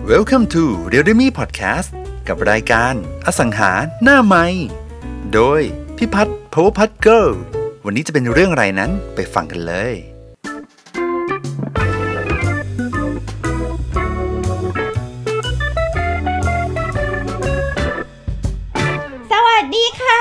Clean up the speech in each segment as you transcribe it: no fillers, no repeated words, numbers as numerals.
Welcome to Realme Podcast กับรายการอสังหาหน้าใหม่โดยพี่พัฒน์ Power Pad Girl วันนี้จะเป็นเรื่องอะไรนั้นไปฟังกันเลยสวัสดีค่ะ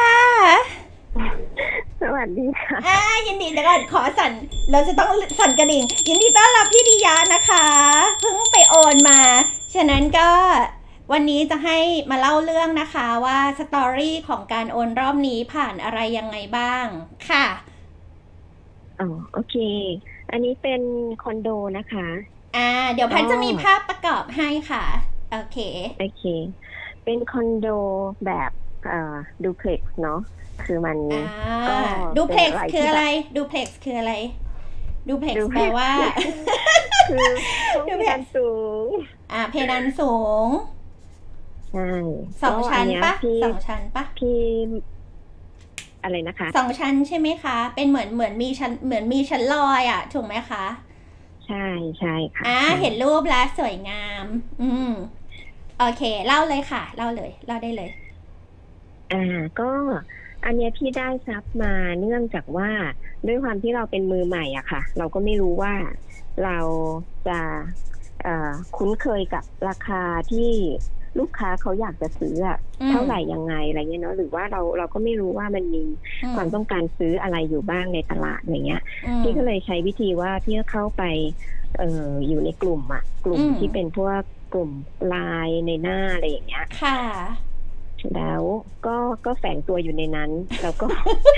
สวัสดีค่ะยินดีเดี๋ยวก่อนขอสั่นเราจะต้องสั่นกระดิ่งยินดีต้อนรับพี่ดิยานะคะเพิ่งไปโอนมาฉะนั้นก็วันนี้จะให้มาเล่าเรื่องนะคะว่าสตอรี่ของการโอนรอบนี้ผ่านอะไรยังไงบ้างค่ะโอเคอันนี้เป็นคอนโดนะคะเดี๋ยวพันจะมีภาพประกอบให้ค่ะโอเคเป็นคอนโดแบบดูเพล็กซ์เนาะคือมันก็ดูเพล็กซ์คืออะไรดูเพล็กซ์คืออะไรดูเพล็กซ์แปลว่าคือเพดานสูงเพดานสูงใช่ 2 ชั้นปะ2 ชั้นปะพี่อะไรนะคะ 2 ชั้นใช่ไหมคะเป็นเหมือนมีชั้นเหมือนมีชั้นลอยถูกไหมคะใช่ใช่ค่ะเห็นรูปแล้วสวยงามโอเคเล่าเลยค่ะเล่าได้เลยก็อันนี้พี่ได้ทรัพย์มาเนื่องจากว่าด้วยความที่เราเป็นมือใหม่อะค่ะเราก็ไม่รู้ว่าเราจะคุ้นเคยกับราคาที่ลูกค้าเขาอยากจะซื้อเท่าไหร่ยังไงอะไรเงี้ยเนาะหรือว่าเราก็ไม่รู้ว่ามันมีความต้องการซื้ออะไรอยู่บ้างในตลาดอย่างเงี้ยพี่ก็เลยใช้วิธีว่าพี่เข้าไปอยู่ในกลุ่มกลุ่มที่เป็นพวกกลุ่มไลน์ในหน้าอะไรอย่างเงี้ยค่ะแล้วก็แฝงตัวอยู่ในนั้นแล้วก็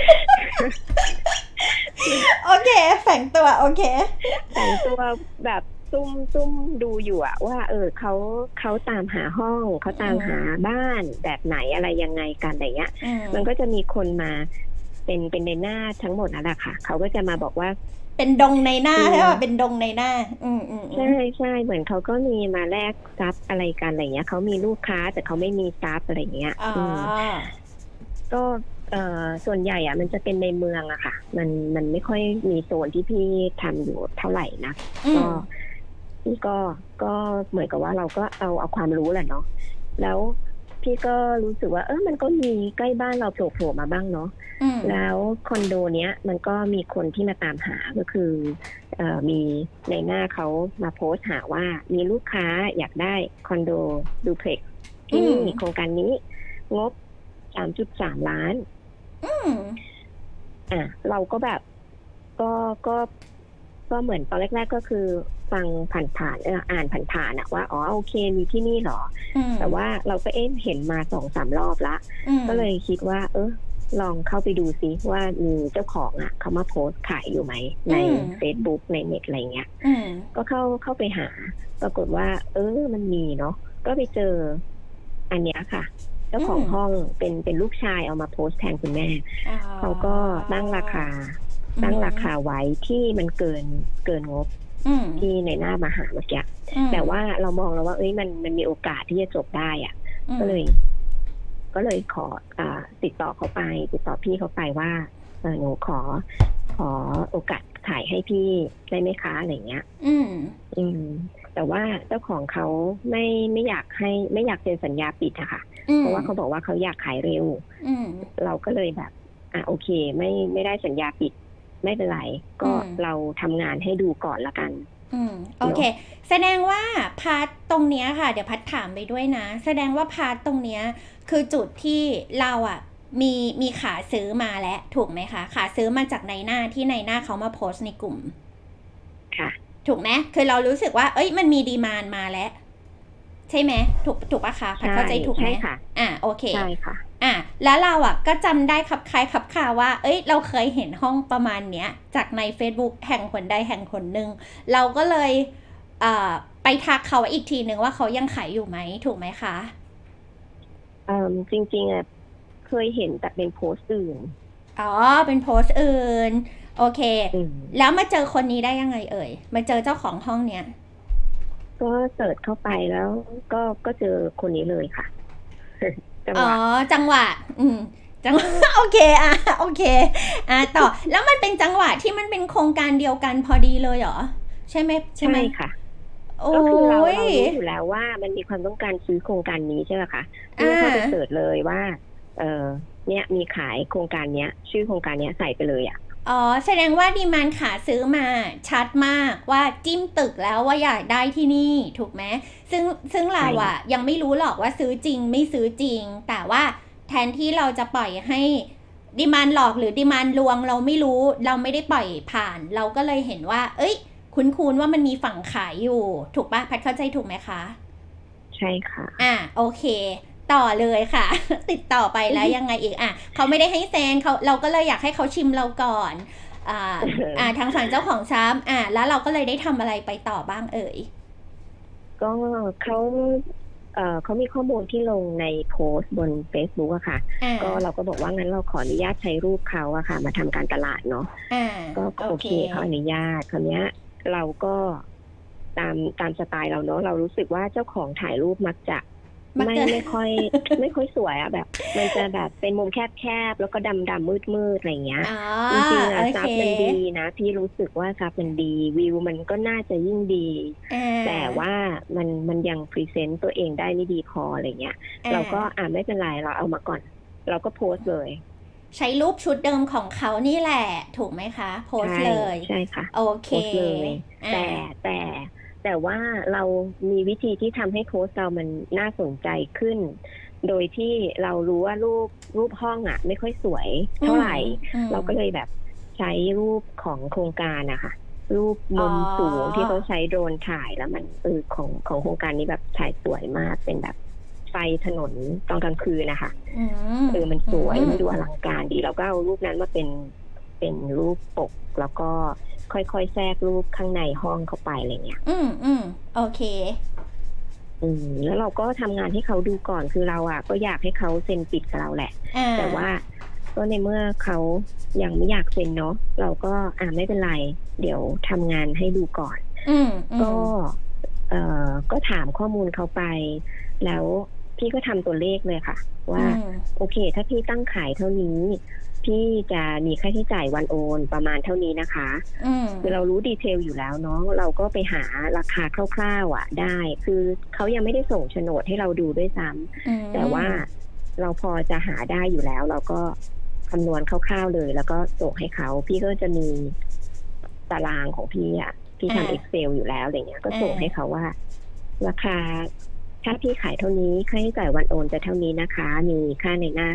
โอเคแฝงตัวโอเคแฝงตัวแบบซุ่มดูอยู่ว่าเขาตามหาห้องเขาตามหาบ้านแบบไหนอะไรยังไงกันอะไรเงี้ยมันก็จะมีคนมาเป็นในหน้าทั้งหมดนั่นแหละค่ะเขาก็จะมาบอกว่าเป็นดงในหน้าใช่ป่ะเป็นดงในหน้าใช่เหมือนเขาก็มีมาแลกทรัพย์อะไรกันอะไรเงี้ยเขามีลูกค้าแต่เขาไม่มีทรัพย์อะไรเงี้ยก็ส่วนใหญ่มันจะเป็นในเมืองอะค่ะมันไม่ค่อยมีโซนที่พี่ทำอยู่เท่าไหร่นะพี่ก็เหมือนกับว่าเราก็เอาความรู้แหละเนาะแล้วพี่ก็รู้สึกว่ามันก็มีใกล้บ้านเราโผล่มาบ้างเนาะแล้วคอนโดเนี้ยมันก็มีคนที่มาตามหาก็คือมีในหน้าเขามาโพสต์หาว่ามีลูกค้าอยากได้คอนโดดูเพล็กซ์ที่นี่โครงการนี้งบ 3.3 ล้านเราก็แบบก็เหมือนตอนแรกๆก็คือฟังผ่านอ่านผ่านว่าโอเคมีที่นี่หรอแต่ว่าเราก็เห็นมา 2-3 รอบละก็เลยคิดว่าลองเข้าไปดูซิว่ามีเจ้าของเขามาโพสต์ขายอยู่ไหมใน Facebook ในเน็ตอะไรเงี้ยก็เข้าไปหาปรากฏว่ามันมีเนาะก็ไปเจออันเนี้ยค่ะเจ้าของห้องเป็นลูกชายเอามาโพสต์แทนคุณแม่เขาก็ตั้งราคาไว้ที่มันเกินงบที่ในหน้ามาหาเมื่อกี้แต่ว่าเรามองแล้วว่ามันมีโอกาสที่จะจบได้ก็เลยขอติดต่อพี่เขาไปว่าหนูขอโอกาสขายให้พี่ได้ไหมคะอะไรเงี้ยแต่ว่าเจ้าของเขาไม่อยากเซ็นสัญญาปิดอะค่ะเพราะว่าเขาบอกว่าเขาอยากขายเร็วเราก็เลยแบบโอเคไม่ได้สัญญาปิดไม่เป็นไรก็เราทำงานให้ดูก่อนละกันโอเคแสดงว่าพาร์ทตรงเนี้ยค่ะเดี๋ยวพัดถามไปด้วยนะแสดงว่าพาร์ทตรงเนี้ยคือจุดที่เรามีขาซื้อมาแล้วถูกไหมคะขาซื้อมาจากในหน้าที่ในหน้าเขามาโพสต์ในกลุ่มค่ะถูกไหมคือเรารู้สึกว่ามันมีดีมานด์มาแล้วใช่ไหมถูกปะคะพัดเข้าใจถูกไหมโอเคใช่ค่ะแล้วเราก็จำได้ขับคล้ายขับคาว่าเราเคยเห็นห้องประมาณเนี้ยจากใน Facebook แห่งคนใดแห่งคนหนึ่งเราก็เลยไปทักเขาอีกทีนึงว่าเขายังขายอยู่ไหมถูกไหมคะจริงๆเคยเห็นแต่เป็นโพสต์อื่นเป็นโพสต์อื่นโอเคแล้วมาเจอคนนี้ได้ยังไงมาเจอเจ้าของห้องเนี้ยก็เสิร์ชเข้าไปแล้วก็เจอคนนี้เลยค่ะจังหวะโอเคโอเคต่อแล้วมันเป็นจังหวะที่มันเป็นโครงการเดียวกันพอดีเลยเหรอใช่ไหมใช่ค่ะโอก็คือเรารู้อยู่แล้วว่ามันมีความต้องการซื้อโครงการนี้ใช่ไหมคะพี่เข้าไปเสิร์ชเลยว่าเนี่ยมีขายโครงการเนี้ยชื่อโครงการเนี้ยใส่ไปเลยอ่ะอ๋อแสดงว่าดีมานด์ขาซื้อมาชัดมากว่าจิ้มตึกแล้วว่าอยากได้ที่นี่ถูกไหมซึ่งเราอะยังไม่รู้หรอกว่าซื้อจริงไม่ซื้อจริงแต่ว่าแทนที่เราจะปล่อยให้ดีมานด์หลอกหรือดีมานด์ลวงเราไม่รู้เราไม่ได้ปล่อยผ่านเราก็เลยเห็นว่าเอ้ยคุ้นๆว่ามันมีฝั่งขายอยู่ถูกปะแพทเข้าใจถูกไหมคะใช่ค่ะโอเคต่อเลยค่ะ ติดต่อไปแล้วยังไงอีกเขาไม่ได้ให้เซ็นเราก็เลยอยากให้เขาชิมเราก่อนทางฝั่งเจ้าของซ้ำแล้วเราก็เลยได้ทำอะไรไปต่อบ้างเอ่ยก็เขามีข้อมูลที่ลงในโพสต์บน Facebook อะค่ะก็เราก็บอกว่างั้นเราขออนุญาตใช้รูปเขาอะค่ะมาทำการตลาดเนาะก็โอเคเขาอนุญาตคราวนี้เราก็ตามสไตล์เราเนาะเรารู้สึกว่าเจ้าของถ่ายรูปมักจะไม่ค่อยสวยอะแบบมันจะแบบเป็นมุมแคบๆแล้วก็ดำมืดอะไรเงี้ยจริงๆอะซับมันดีนะพี่รู้สึกว่าซับมันดีวิวมันก็น่าจะยิ่งดีแต่ว่ามันยังพรีเซนต์ตัวเองได้ไม่ดีพออะไรเงี้ยเราก็ไม่เป็นไรเราเอามาก่อนเราก็โพสเลยใช้รูปชุดเดิมของเขานี่แหละถูกไหมคะโพสเลยใช่ค่ะโอเคเลยแต่ว่าเรามีวิธีที่ทำให้โพสต์เรามันน่าสนใจขึ้นโดยที่เรารู้ว่ารูปห้องอ่ะไม่ค่อยสวยเท่าไหร่เราก็เลยแบบใช้รูปของโครงการนะคะรูปมุมสูงที่เขาใช้โดรนถ่ายแล้วมันของโครงการนี้แบบถ่ายสวยมากเป็นแบบไฟถนนตอนกลางคืนนะคะมันสวยมันดูอลังการดีเราก็เอารูปนั้นมาเป็นรูปปกแล้วก็ค่อยๆแทรกรูปข้างในห้องเข้าไปอะไรเงี้ยโอเคแล้วเราก็ทำงานให้เขาดูก่อนคือเราก็อยากให้เขาเซ็นปิดกับเราแหละแต่ว่าก็ในเมื่อเขายังไม่อยากเซ็นเนาะเราก็ไม่เป็นไรเดี๋ยวทำงานให้ดูก่อนก็ถามข้อมูลเขาไปแล้วพี่ก็ทำตัวเลขเลยค่ะว่าโอเคถ้าพี่ตั้งขายเท่านี้พี่จะมีค่าใช้จ่ายวันโอนประมาณเท่านี้นะคะคือเรารู้ดีเทลอยู่แล้วเนาะเราก็ไปหาราคาคร่าวๆได้คือเขายังไม่ได้ส่งโฉนดให้เราดูด้วยซ้ำแต่ว่าเราพอจะหาได้อยู่แล้วเราก็คำนวณคร่าวๆเลยแล้วก็ส่งให้เขาพี่ก็จะมีตารางของพี่พี่ทำ Excel อยู่แล้วอะไรเงี้ยก็ส่งให้เขาว่าราคาถ้าพี่ขายเท่านี้ค่าใช้จ่ายวันโอนจะเท่านี้นะคะมีค่าในหน้า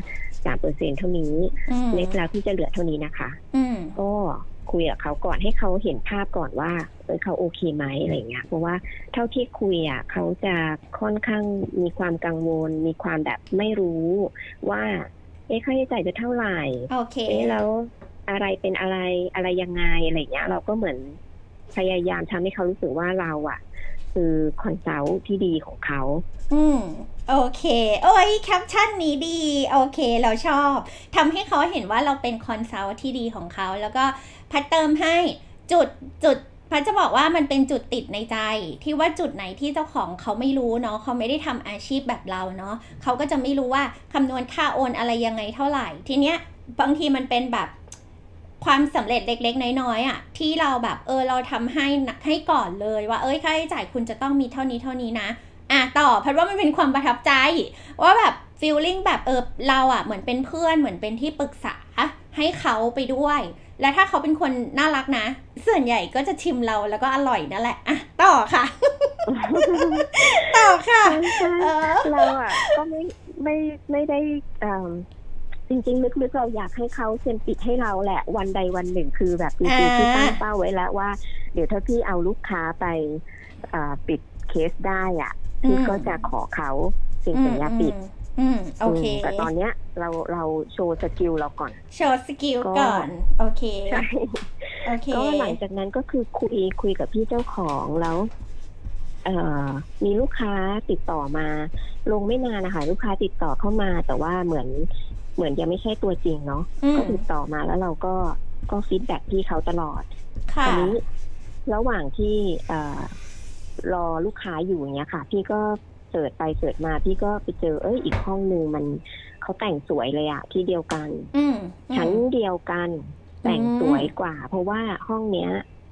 3%เท่านี้เน็ตแล้วพี่จะเหลือเท่านี้นะคะก็คุยกับเขาก่อนให้เขาเห็นภาพก่อนว่าเขาโอเคไหมอะไรเงี้ยเพราะว่าเท่าที่คุยเขาจะค่อนข้างมีความกังวลมีความแบบไม่รู้ว่าค่าใช้จ่ายจะเท่าไหร่แล้วอะไรเป็นอะไรยังไงอะไรเงี้ยเราก็เหมือนพยายามทำให้เขารู้สึกว่าเราคือคอนซัลท์ที่ดีของเขาโอเคโอ้ยแคปชั่นนี้ดีโอเคเราชอบทำให้เขาเห็นว่าเราเป็นคอนซัลท์ที่ดีของเขาแล้วก็พัดเติมให้จุดพัดจะบอกว่ามันเป็นจุดติดในใจที่ว่าจุดไหนที่เจ้าของเขาไม่รู้เนาะเขาไม่ได้ทำอาชีพแบบเราเนาะเขาก็จะไม่รู้ว่าคำนวณค่าโอนอะไรยังไงเท่าไหร่ทีเนี้ยบางทีมันเป็นแบบความสำเร็จเล็กๆน้อยๆที่เราแบบเราทำให้ก่อนเลยว่าค่าใช้จ่ายคุณจะต้องมีเท่านี้นะต่อเพราะว่ามันเป็นความประทับใจว่าแบบฟีลลิ่งแบบเราเหมือนเป็นเพื่อนเหมือนเป็นที่ปรึกษาให้เขาไปด้วยและถ้าเขาเป็นคนน่ารักนะส่วนใหญ่ก็จะชิมเราแล้วก็อร่อยนั่นแหละต่อค่ะ ต่อค่ะเราก็ไม่ได้จริงๆลึกๆเราอยากให้เขาเซ็นปิดให้เราแหละวันใดวันหนึ่งคือแบบจริงๆที่ตั้งเป้าไว้แล้วว่าเดี๋ยวถ้าพี่เอาลูกค้าไปปิดเคสได้พี่ก็จะขอเขาเซ็นสัญญาปิดโอเคแต่ตอนเนี้ยเราโชว์สกิลเราก่อนโชว์สกิลก่อนโอเคใช่โอเคก็หลังจากนั้นก็คือคุยกับพี่เจ้าของแล้วมีลูกค้าติดต่อมาลงไม่นานนะคะลูกค้าติดต่อเข้ามาแต่ว่าเหมือนยังไม่ใช่ตัวจริงเนาะก็ติดต่อมาแล้วเราก็ฟีดแบ็กพี่เขาตลอดอันนี้ระหว่างที่รอลูกค้าอยู่อย่างเงี้ยค่ะพี่ก็เสิร์ชไปเสิร์ชมาพี่ก็ไปเจออีกห้องนึงมันเขาแต่งสวยเลยที่เดียวกันชั้นเดียวกันแต่งสวยกว่าเพราะว่าห้องเนี้ย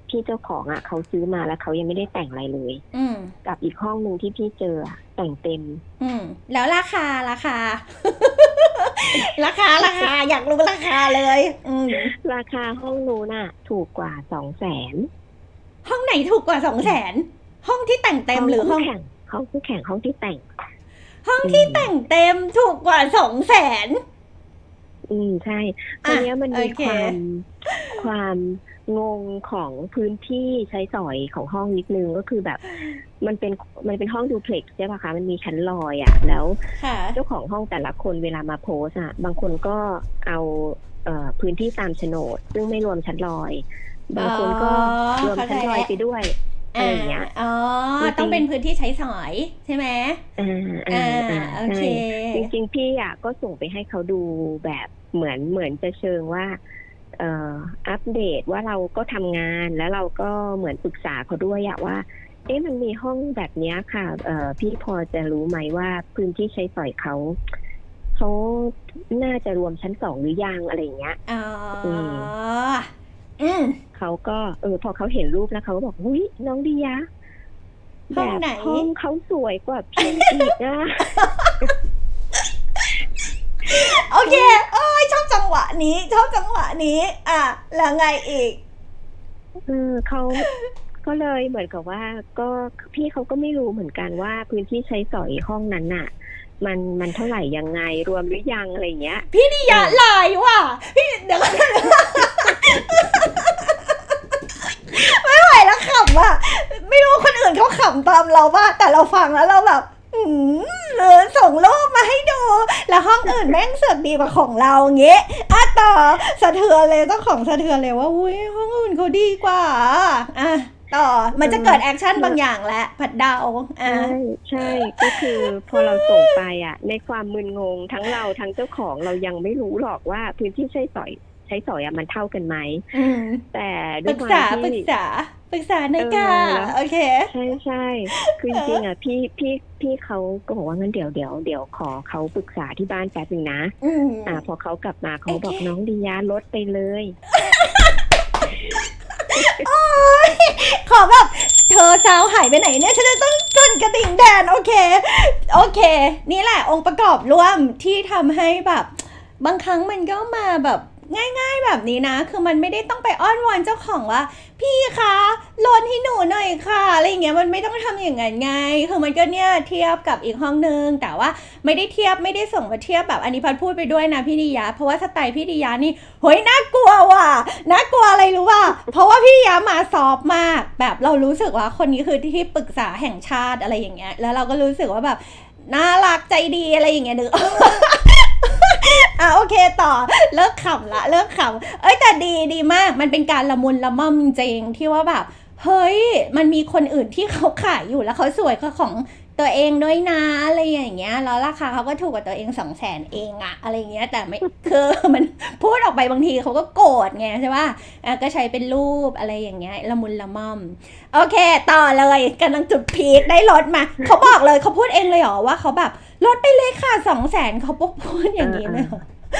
พี่เจ้าของอ่ะเขาซื้อมาแล้วเขายังไม่ได้แต่งอะไรเลยกับอีกห้องนึงที่พี่เจอแต่งเต็มแล้วราคา ราคา อยากรู้ราคาเลยราคาห้องนู้นน่ะถูกกว่า200,000 ห้องไหนถูกกว่า200,000ห้องที่แต่งเต็มหรือห้องแข่งห้องคู่แข่งห้องที่แต่งห้องที่แต่งเต็มถูกกว่า200,000 ใช่ตอนนี้มันมีความงงของพื้นที่ใช้สอยของห้องนิดนึงก็คือแบบมันเป็นห้องดูเพล็กซ์ใช่ป่ะคะมันมีชั้นลอยแล้วเจ้าของห้องแต่ละคนเวลามาโพสบางคนก็เอาพื้นที่ตามโฉนดซึ่งไม่รวมชั้นลอยบางคนก็รวมชั้นลอยไปด้วยอะไรอย่างเงี้ยต้องเป็นพื้นที่ใช้สอยใช่ไหมโอเคจริงๆพี่ก็ส่งไปให้เขาดูแบบเหมือนจะเชิงว่าอัปเดตว่าเราก็ทำงานแล้วเราก็เหมือนปรึกษาเขาด้วยว่ามันมีห้องแบบนี้ค่ะพี่พอจะรู้ไหมว่าพื้นที่ใช้สอยเขาน่าจะรวมชั้น2หรือยังอะไรอย่างเงี้ยเขาก็พอเขาเห็นรูปแล้วเขาก็บอกหุ้ยน้องดียะแบบห้องเขาสวยกว่าพี่อีกนะโอเคชอบจังหวะนี้แล้วไงอีกเขาก็เลยเหมือนกับว่าก็พี่เขาก็ไม่รู้เหมือนกันว่าพื้นที่ใช้สอยห้องนั้นน่ะมันเท่าไหร่ยังไงรวมหรือยังอะไรเงี้ยพี่ดิยะลายว่ะพี่เดี๋ยวไม่ไหวแล้วขำอ่ะไม่รู้คนอื่นเขาขำตามเราป่ะแต่เราฟังแล้วเราแบบส่งรูปมาให้ดูแล้วห้องอื่นแม่งเสือกดีกว่าของเราเงี้ยต่อสะเทือนเลยเจ้าของสะเทือนเลยว่าอุ้ยห้องอื่นเขาดีกว่าต่อมันจะเกิดแอคชั่นบางอย่างแล้วผัดเดาใช่ก็คือพอเราส่งไปในความมึนงงทั้งเราทั้งเจ้าของเรายังไม่รู้หรอกว่าพื้นที่ใช้สอยมันเท่ากันไหมแต่ด้วยความที่ปรึกษาในการโอเคใช่คือจริงๆพี่เขาก็บอกว่างั้นเดี๋ยวขอเขาปรึกษาที่บ้านแป๊บนึงนะพอเขากลับมาเขาบอกน้องดิยะลดไปเลยขอแบบเธอสาวหายไปไหนเนี่ยฉันจะต้องกดกระดิ่งแดนโอเคนี่แหละองค์ประกอบร่วมที่ทำให้แบบบางครั้งมันก็มาแบบง่ายๆแบบนี้นะคือมันไม่ได้ต้องไปอ้อนวอนเจ้าของว่าพี่คะลดให้หนูหน่อยค่ะอะไรอย่างเงี้ยมันไม่ต้องทำอย่างนั้นไงคือมันก็เนี่ยเทียบกับอีกห้องนึงแต่ว่าไม่ได้ส่งมาเทียบแบบอันนี้พัดพูดไปด้วยนะพี่ดิยะเพราะว่าสไตล์พี่ดิยะนี่เฮ้ยน่ากลัวว่ะน่ากลัวอะไรรู้ป่ะเพราะว่าพี่ดิยะมาซอฟมากแบบเรารู้สึกว่าคนนี้คือที่ปรึกษาแห่งชาติอะไรอย่างเงี้ยแล้วเราก็รู้สึกว่าแบบน่ารักใจดีอะไรอย่างเงี้ยนึกโอเคต่อเลิกขำแต่ดีมากมันเป็นการละมุนละม่อมจริงที่ว่าแบบเฮ้ยมันมีคนอื่นที่เขาขายอยู่แล้วเขาสวยกว่าของตัวเองด้วยนะอะไรอย่างเงี้ยแล้วราคาเขาก็ถูกกว่าตัวเอง200,000เองอะไรเงี้ยแต่ไม่คือมันพูดออกไปบางทีเขาก็โกรธไงใช่ป่ะก็ใช้เป็นรูปอะไรอย่างเงี้ยละมุนละม่อมโอเคต่อเลยกำลังจุดพีคได้ลดมาเขาบอกเลยเขาพูดเองเลยเหรอว่าเขาแบบลดไปเลยค่ะ200,000เขาพูดอย่างนี้เลย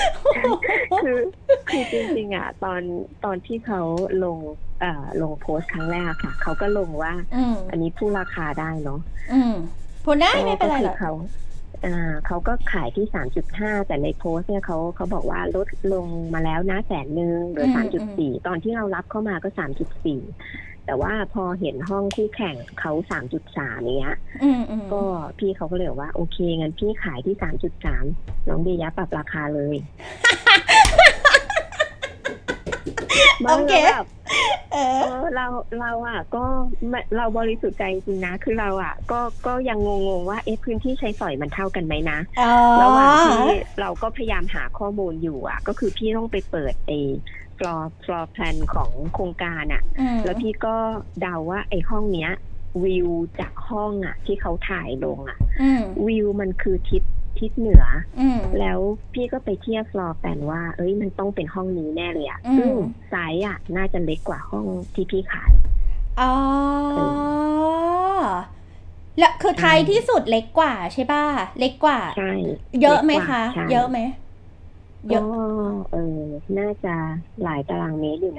คือจริงๆตอนที่เขาลงโพสต์ครั้งแรกค่ะเขาก็ลงว่าอันนี้พูดราคาได้เนาะพูดได้ไม่เป็นไรหรอกเขาก็ขายที่ 3.5 แต่ในโพสต์เนี่ยเขาบอกว่าลดลงมาแล้วนะ100,000เหลือ 3.4 ตอนที่เรารับเข้ามาก็ 3.4 แต่ว่าพอเห็นห้องคู่แข่งเขา 3.3 เนี้ยก็พี่เขาก็เลยบอกว่าโอเคงั้นพี่ขายที่ 3.3 น้องเดียปรับราคาเลยโอเคเราก็เราบริสุทธิ์ใจจริงนะคือเราก็ยังงงว่าพื้นที่ใช้สอยมันเท่ากันไหมนะระหว่างที่เราก็พยายามหาข้อมูลอยู่ก็คือพี่ต้องไปเปิดfloor plan ของโครงการแล้วพี่ก็เดาว่าไอ้ห้องเนี้ยวิวจากห้องที่เขาถ่ายลงวิวมันคือทิศเหนือแล้วพี่ก็ไปเทียบfloor plan ว่ามันต้องเป็นห้องนี้แน่เลยซึ่งไซส์น่าจะเล็กกว่าห้องที่พี่ขายแล้วคือท้ายที่สุดเล็กกว่าใช่ป่ะเล็กกว่าใช่เยอะไหมคะเยอะไหมเยอะน่าจะหลายตารางเมตรอยู่นะ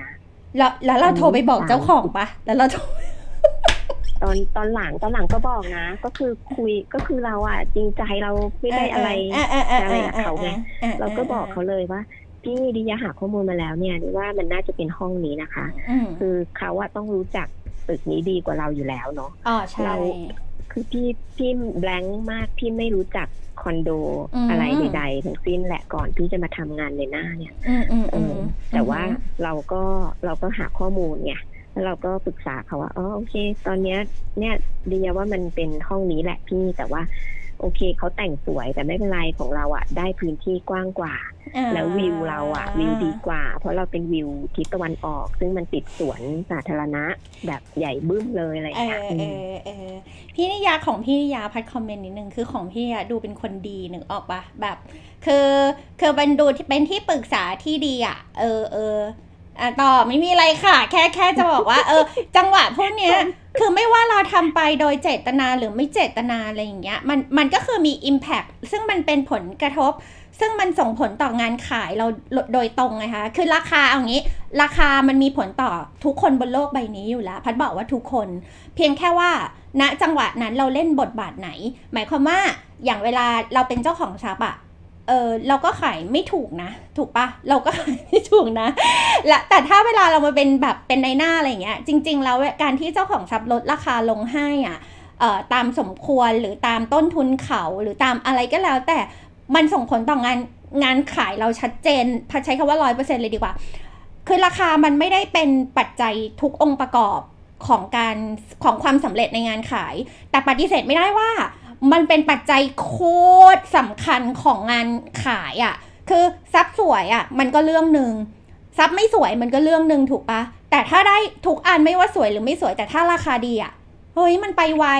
แล้วเราโทรไปบอกเจ้าของปะแล้วเราโทรตอนหลังก็บอกนะก็คือคุยก็คือเราอ่ะจริงใจเราไม่ได้อะไรกับเขาไงเราก็บอกเขาเลยว่าพี่ดิยาหาข้อมูลมาแล้วเนี่ยว่ามันน่าจะเป็นห้องนี้นะคะคือเขาอะต้องรู้จักตึกนี้ดีกว่าเราอยู่แล้วเนาะเราคือพี่แบงค์มากพี่ไม่รู้จักคอนโดอะไรใดๆทั้งสิ้นแหละก่อนที่จะมาทำงานในหน้าเนี่ยแต่ว่าเราก็หาข้อมูลไงแล้วเราก็ปรึกษาเขาว่าโอเคตอนเนี้ยเนี่ยดิยาว่ามันเป็นห้องนี้แหละพี่แต่ว่าโอเคเขาแต่งสวยแต่ไม่เป็นไรของเราอ่ะได้พื้นที่กว้างกว่าแล้ววิวเราอ่ะวิวดีกว่าเพราะเราเป็นวิวทิศตะวันออกซึ่งมันติดสวนสาธารณะแบบใหญ่บึ้มเลยอะไรอย่างเงี้ยพี่นิยาของพี่นิยาพัดคอมเมนต์นิดนึงคือของพี่อะดูเป็นคนดีนึกออกปะแบบคือเป็นดูที่เป็นที่ปรึกษาที่ดีอ่ะต่อไม่มีอะไรค่ะแค่จะบอกว่าจังหวะพวกเนี้ยคือไม่ว่าเราทำไปโดยเจตนาหรือไม่เจตนาอะไรอย่างเงี้ยมันก็คือมี impact ซึ่งมันเป็นผลกระทบซึ่งมันส่งผลต่องานขายเราโดยตรงไงคะคือราคาเอางี้ราคามันมีผลต่อทุกคนบนโลกใบนี้อยู่แล้วพัดบอกว่าทุกคนเพียงแค่ว่าณจังหวะนั้นเราเล่นบทบาทไหนหมายความว่าอย่างเวลาเราเป็นเจ้าของทรัพย์อะเราก็ขายไม่ถูกนะถูกปะเราก็ขายไม่ถูกนะและแต่ถ้าเวลาเรามาเป็นแบบเป็นในหน้าอะไรอย่างเงี้ยจริงๆแล้วการที่เจ้าของทรัพย์ลดราคาลงให้อ่ะตามสมควรหรือตามต้นทุนเขาหรือตามอะไรก็แล้วแต่มันส่งผลต่องานขายเราชัดเจนใช้คำว่า 100% เลยดีกว่าคือราคามันไม่ได้เป็นปัจจัยทุกองค์ประกอบของความสำเร็จในงานขายแต่ปฏิเสธไม่ได้ว่ามันเป็นปัจจัยโคตรสำคัญของงานขายอ่ะคือซับสวยอ่ะมันก็เรื่องนึงซับไม่สวยมันก็เรื่องนึงถูกปะแต่ถ้าได้ทุกอันไม่ว่าสวยหรือไม่สวยแต่ถ้าราคาดีอ่ะเฮ้ยมันไปไว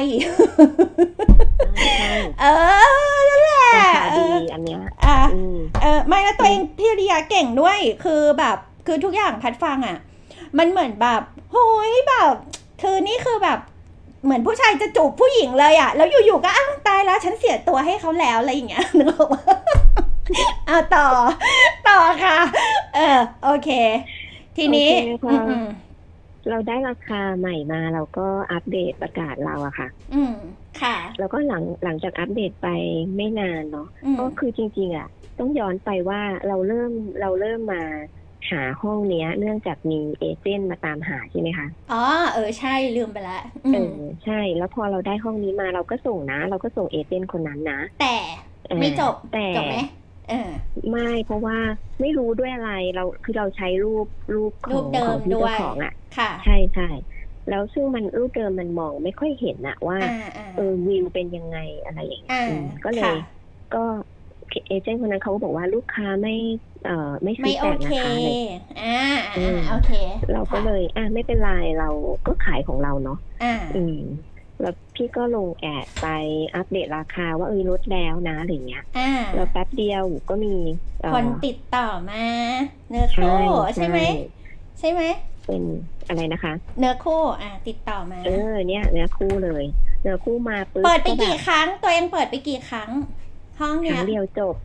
นั่นแหละราคาดีอันเนี้ยไม่แล้วตัวเองพี่ริยาเก่งด้วยคือแบบคือทุกอย่างพัดฟังอ่ะมันเหมือนแบบโฮ้ยแบบคือนี่คือแบบเหมือนผู้ชายจะจูบผู้หญิงเลยอ่ะแล้วอยู่ๆก็ตายแล้วฉันเสียตัวให้เขาแล้วอะไรอย่างเงี้ยนึกออกว่าเอาต่อค่ะโอเคทีนี้เราได้ราคาใหม่มาเราก็อัปเดตประกาศเราอะค่ะค่ะแล้วก็หลังจากอัปเดตไปไม่นานเนาะก็คือจริงๆอะต้องย้อนไปว่าเราเริ่มมาหาห้องเนี้ยเนื่องจากมีเอเจนต์มาตามหาใช่ไหมคะใช่ลืมไปแล้วใช่แล้วพอเราได้ห้องนี้มาเราก็ส่งเอเจนต์คนนั้นนะแต่ไม่จบไหมไม่เพราะว่าไม่รู้ด้วยอะไรเราใช้รูปของพี่เจ้าของอ่ะใช่แล้วซึ่งมันรูปเดิมมันมองไม่ค่อยเห็นอะว่าวิวเป็นยังไงอะไรอย่างเงี้ยก็เลยก็เอเจนต์คนนั้นเขาก็บอกว่าลูกค้าไม่ซื้อแต่นะคะโอเคเราก็เลยไม่เป็นไรเราก็ขายของเราเนาะแล้วพี่ก็ลงแอดไปอัปเดตราคาว่าลดแล้วนะอะไรเงี้ยแล้วแป๊บเดียวก็มีคนติดต่อมาเนื้อคู่ใช่ไหมเป็นอะไรนะคะเนื้อคู่ติดต่อมาเนี่ยเนื้อคู่เลยเนื้อคู่มาเปิดไปกี่ครั้งตัวเองเปิดไปกี่ครั้งห้องเนี้ยครั้งเดียวจบ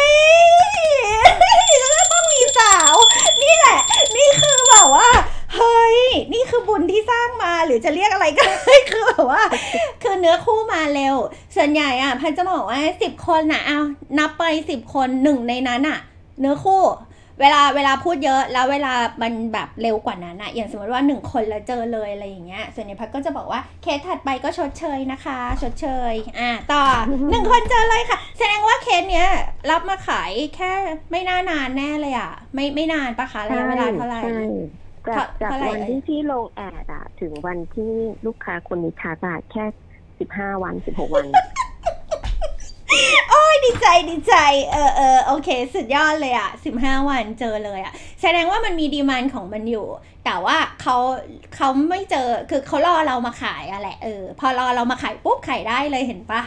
แล้วต้องมีสาวนี่แหละนี่คือแบบว่าเฮ้ยนี่คือบุญที่สร้างมาหรือจะเรียกอะไรก็ได้คือแบบว่าคือเนื้อคู่มาเร็วส่วนใหญ่พันจะบอกว่า10 คนน่ะเอานับไป10 คนหนึ่งในนั้นเนื้อคู่เวลาพูดเยอะแล้วเวลามันแบบเร็วกว่านั้นอย่างสมมติว่า1 คนแล้วเจอเลยอะไรอย่างเงี้ยส่วนใหญ่พัดก็จะบอกว่าเคสถัดไปก็ชดเชยนะคะชดเชยต่อ1 คนเจอเลยค่ะแสดงว่าเคสเนี้ยรับมาขายแค่ไม่นานแน่เลยไม่นานปะคะระยะเวลาเท่าไหร่จากวันที่พี่ลงแอดถึงวันที่ลูกค้าคนนี้ทักแค่15 วัน16 วันโอ้ยดีใจโอเคสุดยอดเลย15 วันเจอเลยแสดงว่ามันมีดีมานด์ของมันอยู่แต่ว่าเขาไม่เจอคือเขารอเรามาขายแหละพอรอเรามาขายปุ๊บขายได้เลยเห็นปะ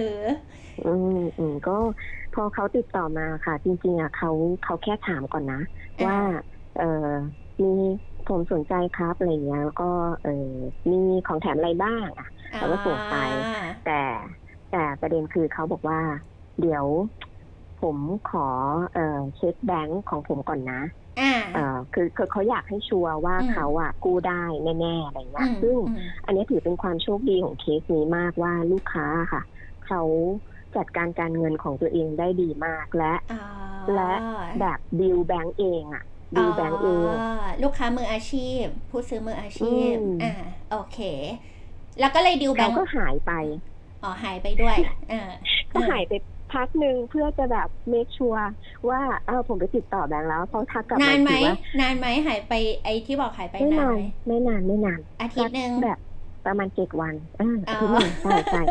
ก็พอเขาติดต่อมาค่ะจริงๆเขาแค่ถามก่อนนะว่ามีผมสนใจครับอะไรเงี้ยแล้วก็มีของแถมอะไรบ้างเราก็ส่งไปแต่ประเด็นคือเขาบอกว่าเดี๋ยวผมขอเช็คแบงค์ของผมก่อนนะคือเขาอยากให้ชัวร์ว่าเขาอ่ะกู้ได้แน่ๆอะไรเงี้ยซึ่งอันนี้ถือเป็นความโชคดีของเคสนี้มากว่าลูกค้าค่ะเขาจัดการเงินของตัวเองได้ดีมากและแบบดิวแบงก์เองอ่ะดิวแบงก์เองลูกค้ามืออาชีพผู้ซื้อมืออาชีพโอเคแล้วก็เลยดิวแบงก์ก็หายไปหายไปด้วยก็หายไปพักนึงเพื่อจะแบบเมคชัวร์ว่าผมไปติดต่อแบงก์แล้วเขาทักกลับมาว่านานไหมหายไปไอ้ที่บอกหายไปนานไหมไม่นานอาทิตย์นึงแบบประมาณ7 วันอาทิตย์นึงใช่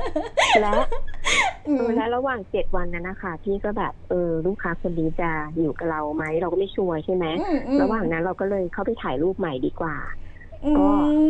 และระหว่าง7 วันนั้นนะคะพี่ก็แบบลูกค้าคนนี้จะอยู่กับเราไหมเราก็ไม่ชัวร์ใช่ไหมระหว่างนั้นเราก็เลยเข้าไปถ่ายรูปใหม่ดีกว่าก็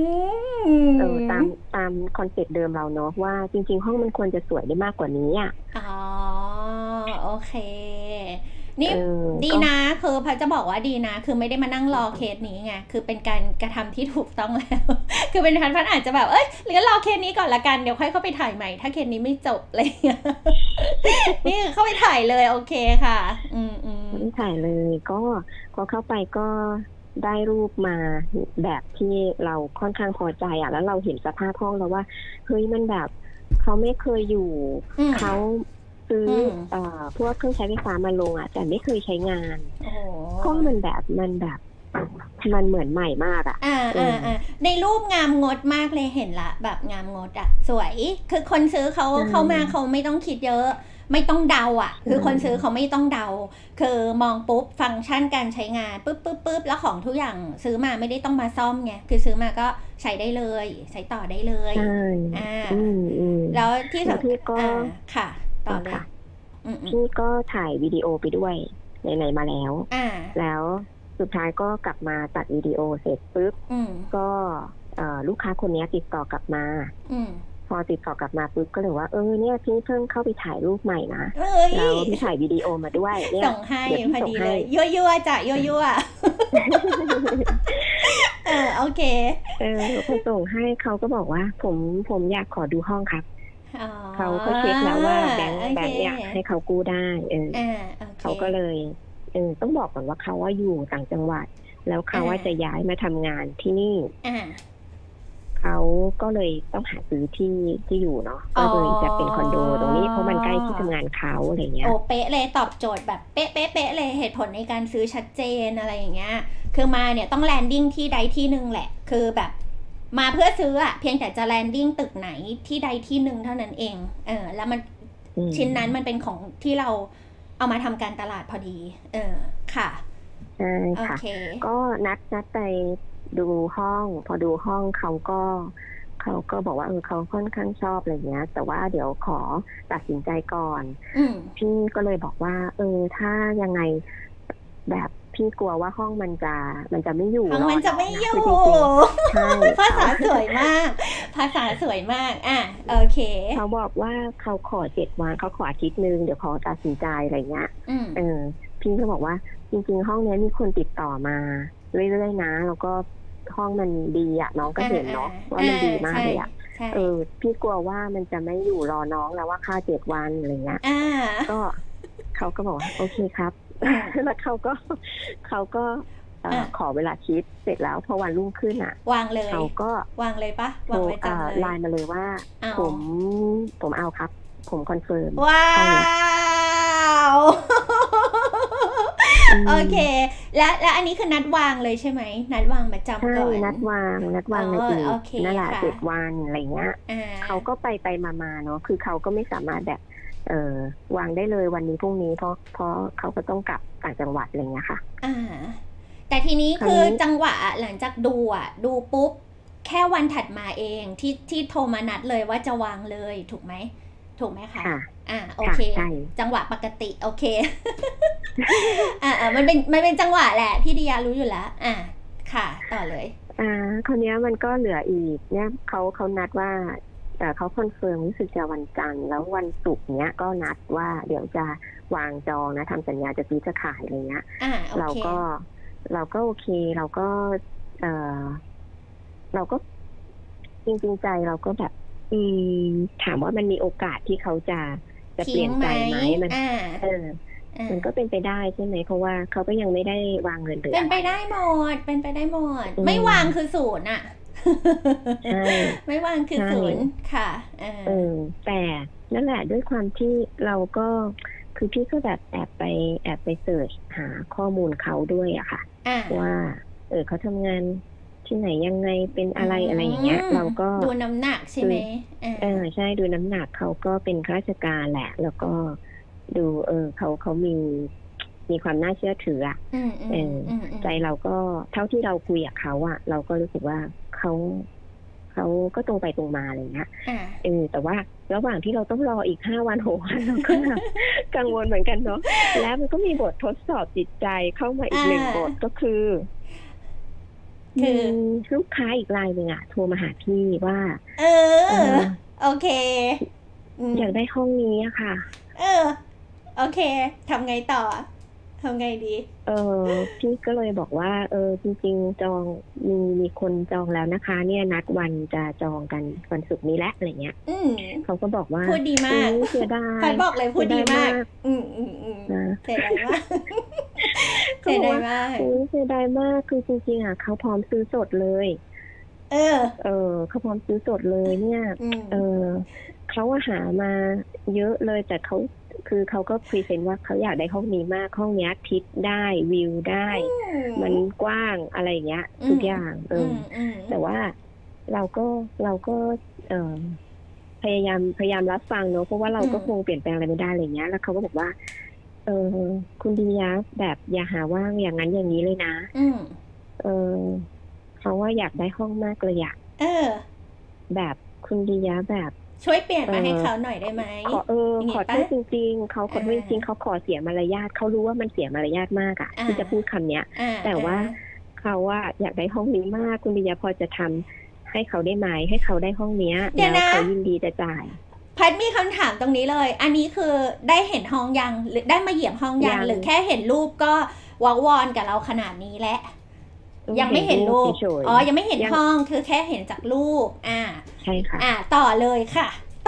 ตามคอนเซ็ปต์เดิมเราเนาะว่าจริงๆห้องมันควรจะสวยได้มากกว่านี้อ่ะโอเคนี่ดีนะคือพัชจะบอกว่าดีนะคือไม่ได้มานั่งรอเคสนี้ไงคือเป็นการกระทำที่ถูกต้องแล้ว คือเป็นพันอาจจะแบบหรือรอเคสนี้ก่อนละกันเดี๋ยวค่อยเข้าไปถ่ายใหม่ถ้าเคสนี้ไม่จบอะไรเงี้ย นี่เข้าไปถ่ายเลยโอเคค่ะไม่ถ่ายเลยก็พอเข้าไปก็ได้รูปมาแบบที่เราค่อนข้างพอใจแล้วเราเห็นสภาพห้องแล้วว่าเฮ้ยมันแบบเขาไม่เคยอยู่เขาซื้อพวกเครื่องใช้ไฟฟ้ามาลงแต่ไม่เคยใช้งานห้องมันมันเหมือนใหม่มากในรูปงามงดมากเลยเห็นละแบบงามงดสวยคือคนซื้อเขาเข้ามาเขาไม่ต้องคิดเยอะไม่ต้องเดาคือคนซื้อเขาไม่ต้องเดาคือมองปุ๊บฟังก์ชันการใช้งานปุ๊บแล้วของทุกอย่างซื้อมาไม่ได้ต้องมาซ่อมไงคือซื้อมาก็ใช้ได้เลยใช้ต่อได้เลยแล้วที่สำคัญก็ค่ะต่อเลยพี่ก็ถ่ายวิดีโอไปด้วยไหนๆมาแล้วแล้วสุดท้ายก็กลับมาตัดวิดีโอเสร็จปุ๊บก็ลูกค้าคนนี้ติดต่อกลับมาพอติดต่อกลับมาปุ๊บก็เลยว่าเนี่ยพี่เพิ่งเข้าไปถ่ายรูปใหม่นะแล้วพี่ถ่ายวิดีโอมาด้วยเนี่ยส่งให้พอดีเลยยั่วจ้ะยั่วโอเคพอส่งให้เขาก็บอกว่าผมอยากขอดูห้องครับเขาก็เช็คแล้วว่าแบงค์เนี่ยให้เขากู้ได้เขาก็เลยต้องบอกก่อนว่าเขาว่าอยู่ต่างจังหวัดแล้วเขาว่าจะย้ายมาทำงานที่นี่เขาก็เลยต้องหาซื้อที่อยู่เนาะก็เลยจะเป็นคอนโดตรงนี้เพราะมันใกล้ที่ทำงานเขาอะไรเงี้ยเป๊ะเลยตอบโจทย์แบบเป๊ะเลยเหตุผลในการซื้อชัดเจนอะไรอย่างเงี้ยคือมาเนี่ยต้องแลนดิ้งที่ใดที่หนึ่งแหละคือแบบมาเพื่อซื้อเพียงแต่จะแลนดิ้งตึกไหนที่ใดที่หนึ่งเท่านั้นเองแล้วมันชิ้นนั้นมันเป็นของที่เราเอามาทำการตลาดพอดีค่ะใช่ค่ะก็นัดไปดูห้องพอดูห้องเขาก็บอกว่าเขาค่อนข้างชอบอะไรเงี้ยแต่ว่าเดี๋ยวขอตัดสินใจก่อนพี่ก็เลยบอกว่าถ้ายังไงแบบพี่กลัวว่าห้องมันจะไม่อยู่ห้องมันจะไม่อยู่ใช่ภาษาสวยมากโอเคเขาบอกว่าเขาขอ7 วันเขาขออาทิตย์นึงเดี๋ยวขอตัดสินใจอะไรเงี้ยพี่ก็บอกว่าจริงๆห้องนี้มีคนติดต่อมาเรื่อยๆนะแล้วก็ห้องมันดีน้องก็เห็นเนาะว่ามันดีมากเลยพี่กลัวว่ามันจะไม่อยู่รอน้องแล้วว่าค่า7 วันอะไรเงี้ยก็เขาก็บอกโอเคครับแล้วเขาก็ขอเวลาคิดเสร็จแล้วพอวันรุ่งขึ้นวางเลยเขาก็วางเลยปะวางไว้จังเลยไลน์มาเลยว่าผมเอาครับผมคอนเฟิร์มว้าวโอเคแล้วอันนี้คือนัดวางเลยใช่ไหมนัดวางมาจำก่อนนัดวางในอีกนั่นแหละ7 วันอะไรเงี้ยเขาก็ไปมาเนาะคือเขาก็ไม่สามารถแบบวางได้เลยวันนี้พรุ่งนี้เพราะเขาก็ต้องกลับต่างจังหวัดอะไรเงี้ยค่ะแต่ทีนี้คือจังหวะหลังจากดูปุ๊บแค่วันถัดมาเองที่โทรมานัดเลยว่าจะวางเลยถูกไหมคะโอเคจังหวะปกติโอเคมันเป็นจังหวะแหละพี่ดิยารู้อยู่แล้วค่ะต่อเลยคราวนี้มันก็เหลืออีกเนี่ยเขานัดว่าเขาคอนเฟิร์มรู้สึกจะวันจันทร์แล้ววันศุกร์เนี้ยก็นัดว่าเดี๋ยวจะวางจองนะทำสัญญาจะซื้อจะขายอะไรเงี้ยเราก็โอเคเราก็จริงๆใจเราก็แบบถามว่ามันมีโอกาสที่เขาจะเปลี่ยนใจไหมมันมันก็เป็นไปได้ใช่ไหมเพราะว่าเขาก็ยังไม่ได้วางเงินเลยเป็นไปได้หมดไม่วางคือศูนย์อ่ะใช่ไม่วางคือศูนย์ค่ะแต่นั่นแหละด้วยความที่เราก็คือพี่ก็แบบแอบไปเสิร์ชหาข้อมูลเขาด้วยอะค่ะว่าเขาทำงานที่ไหนยังไงเป็นอะไรอย่างเงี้ยเราก็ดูน้ำหนักใช่ไหมใช่ดูน้ำหนักเขาก็เป็นข้าราชการแหละแล้วก็ดูเขามีความน่าเชื่อถืออ่ะใจเราก็เท่าที่เราคุยกับเขาอ่ะเราก็รู้สึกว่าเขาก็ตรงไปตรงมาอะไรเงี้ยแต่ว่าระหว่างที่เราต้องรออีก5 วัน6 วันเราก็กังวลเหมือนกันเนาะแล้วมันก็มีบททดสอบจิตใจเข้ามาอีก1 บทก็คือลูกค้าอีกรายนึงอ่ะโทรมาหาพี่ว่าโอเคอยากได้ห้องนี้อะค่ะโอเคทำไงต่อทำไงดีพี่ก็เลยบอกว่าจริงๆจองมีคนจองแล้วนะคะเนี่ยนัดวันจะจองกันวันศุกร์นี้แหละอะไรเงี้ยเขาก็บอกว่าพูดดีมากเสียดายพัดบอกเลยพูดดีมากเสียดายมากเสียดายมากเสียดายมากคือจริงๆอ่ะเขาพร้อมซื้อสดเลยเขาพร้อมซื้อสดเลยเนี่ยเขาหามาเยอะเลยแต่เขาก็พรีเซนต์ว่าเขาอยากได้ห้องนี้มากห้องนี้ทิศได้วิวได้มันกว้างอะไรอย่างเงี้ยทุกอย่างแต่ว่าเราก็พยายามรับฟังเนอะเพราะว่าเราก็คงเปลี่ยนแปลงอะไรไม่ได้อะไรเงี้ยแล้วเขาก็บอกว่าคุณดิยาแบบอย่าหาว่างอย่างนั้นอย่างนี้เลยนะเขาว่าอยากได้ห้องมากเลยอะแบบคุณดิยาแบบช่วยเปลี่ยนมาให้เขาหน่อยได้ไหมขอโทษจริงๆเขาขอโทษจริงๆเขาขอเสียมารยาทเขารู้ว่ามันเสียมารยาทมากอ่ะที่จะพูดคำเนี้ยแต่ว่าเขาว่าอยากได้ห้องนี้มากคุณดิยาพอจะทำให้เขาได้ไหมให้เขาได้ห้องเนี้ยแล้วเขายินดีจะจ่ายพัดมีคำถามตรงนี้เลยอันนี้คือได้เห็นห้องยังหรือได้มาเหยียบห้องยังหรือแค่เห็นรูปก็ว้าวอนกับเราขนาดนี้แล้วยังไม่เห็นรูปยังไม่เห็นห้องคือแค่เห็นจากรูปใช่ค่ะต่อเลยค่ะ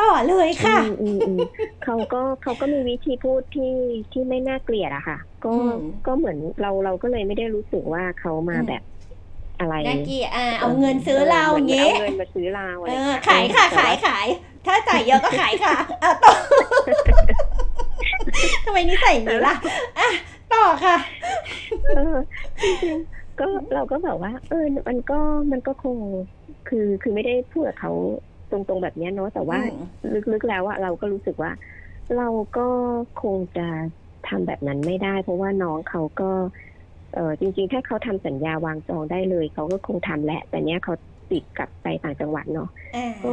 เขาก็มีวิธีพูดที่ไม่น่าเกลียดอะค่ะก็เหมือนเราก็เลยไม่ได้รู้สึกว่าเขามาแบบอะไรน่าเกลียดเอาเงินซื้อเราอย่างงี้เอาเงินมาซื้อเราขายค่ะขายถ้าจ่ายเยอะก็ขายค่ะต่อทำไมนี่ใส่อย่างนี้ล่ะต่อค่ะจริงๆก็เราก็แบบว่ามันก็คงคือไม่ได้พูดกับเขาตรงๆแบบนี้เนาะแต่ว่าลึกๆแล้วอะเราก็รู้สึกว่าเราก็คงจะทำแบบนั้นไม่ได้เพราะว่าน้องเขาก็จริงๆถ้าเขาทำสัญญาวางจองได้เลยเขาก็คงทำแหละแต่เนี้ยเขาติดกลับไปต่างจังหวัดเนาะก็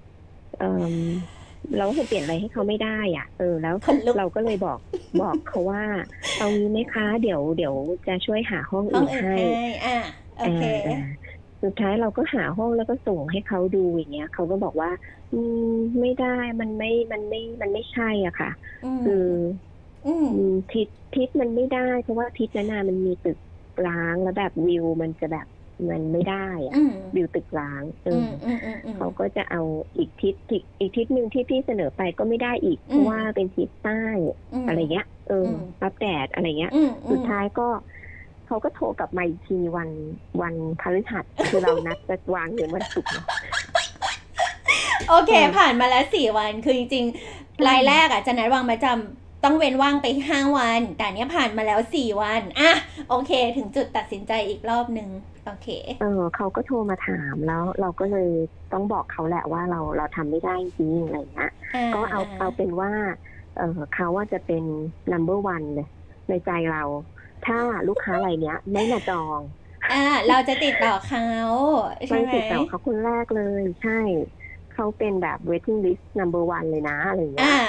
เราคงเปลี่ยนอะไรให้เขาไม่ได้อ่ะแล้วเราก็เลยบอกเขาว่าเอางี้ไหมคะเดี๋ยวจะช่วยหาห้องอื่นให้โอเคสุดท้ายเราก็หาห้องแล้วก็ส่งให้เขาดูอย่างเงี้ยเขาก็บอกว่าไม่ได้มันไม่ใช่อ่ะค่ะคือทิศมันไม่ได้เพราะว่าทิศนั้นมันมีตึกร้างแล้วแบบวิวมันจะแบบมันไม่ได้อ่ะวิวตึกร้างเขาก็จะเอาอีกทิศนึงที่พี่เสนอไปก็ไม่ได้อีกเพราะว่าเป็นทิศใต้อะไรเงี้ยรับแดดอะไรเงี้ยสุดท้ายก็เขาก็โทรกลับมาอีกทีวันพฤหัสคือเรานัดจะวางเงินวันศุกร์โอเคผ่านมาแล้ว4 วันคือจริงๆรายแรกจะนัดวางประจำต้องเว้นว่างไป5 วันแต่เนี้ยผ่านมาแล้ว4 วันโอเคถึงจุดตัดสินใจอีกรอบนึงโอเคเขาก็โทรมาถามแล้วเราก็เลยต้องบอกเขาแหละว่าเราทำไม่ได้จริงอะไรเงี้ยก็เอาเป็นว่าเขาว่าจะเป็น number 1เลยในใจเราถ้าลูกค้ารายเนี้ยไม่มาจองเราจะติดต่อเขาใช่ไหมติดต่อเขาคนแรกเลยใช่เขาเป็นแบบ waiting list number 1เลยนะอะไรอย่างเงี้ย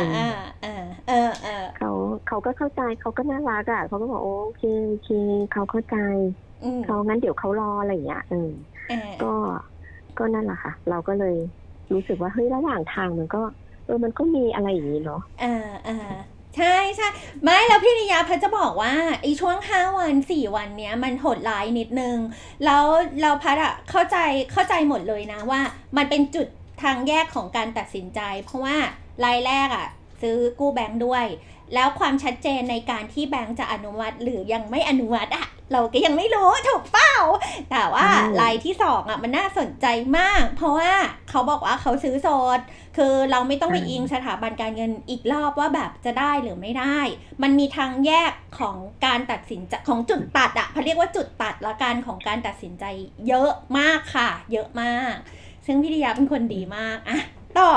เขาก็เข้าใจเขาก็น่ารักอ่ะเขาก็บอกโอเคเขาเข้าใจเขางั้นเดี๋ยวเขารออะไรอย่างเงี้ยก็นั่นแหละค่ะเราก็เลยรู้สึกว่าเฮ้ยระหว่างทางมันก็มีอะไรอย่างนี้เนาะใช่ไม่แล้วพี่นิยาพัดจะบอกว่าไอ้ช่วง5 วัน4 วันเนี้ยมันโหดร้ายนิดนึงแล้วเราพัดเข้าใจหมดเลยนะว่ามันเป็นจุดทางแยกของการตัดสินใจเพราะว่ารายแรกซื้อกู้แบงค์ด้วยแล้วความชัดเจนในการที่แบงก์จะอนุมัติหรือยังไม่อนุมัติอะเราก็ยังไม่รู้ถูกเปล่าแต่ว่ารายที่2อะมันน่าสนใจมากเพราะว่าเขาบอกว่าเขาซื้อสดคือเราไม่ต้องไปอิงสถาบันการเงินอีกรอบว่าแบบจะได้หรือไม่ได้มันมีทางแยกของการตัดสินใจของจุดตัดอะเขาเรียกว่าจุดตัดละกันของการตัดสินใจเยอะมากค่ะเยอะมากซึ่งพี่ดิยาเป็นคนดีมากอะต่อ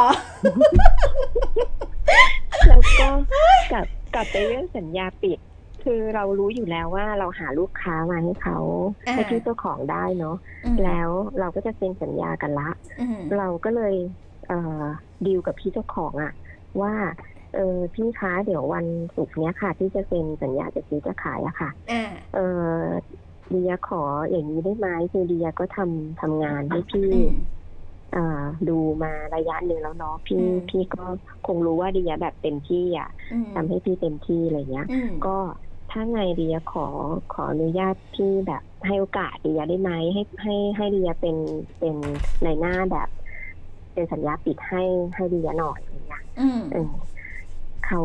แล้วก็กลับไปเรื่องสัญญาปิดคือเรารู้อยู่แล้วว่าเราหาลูกค้ามาให้เขาให้ที่เจ้าของได้เนาะแล้วเราก็จะเซ็นสัญญากันละเราก็เลยดีลกับพี่เจ้าของอะว่าพี่คะเดี๋ยววันศุกร์เนี้ยค่ะที่จะเซ็นสัญญาจะซื้อจะขายอะค่ะเดียขออย่างนี้ได้ไหมคือเดียก็ทำงานให้พี่ดูมาระยะหนึ่งแล้วเนาะพี่ก็คงรู้ว่าเดียแบบเต็มที่อ่ะทำให้พี่เต็มที่อะไรเงี้ยก็ถ้าไงเดียขออนุญาตพี่แบบให้โอกาสเดียได้ไหมให้เดียเป็นในหน้าแบบเป็นสัญญาปิดให้เดียหน่อยอย่างเงี้ยเขา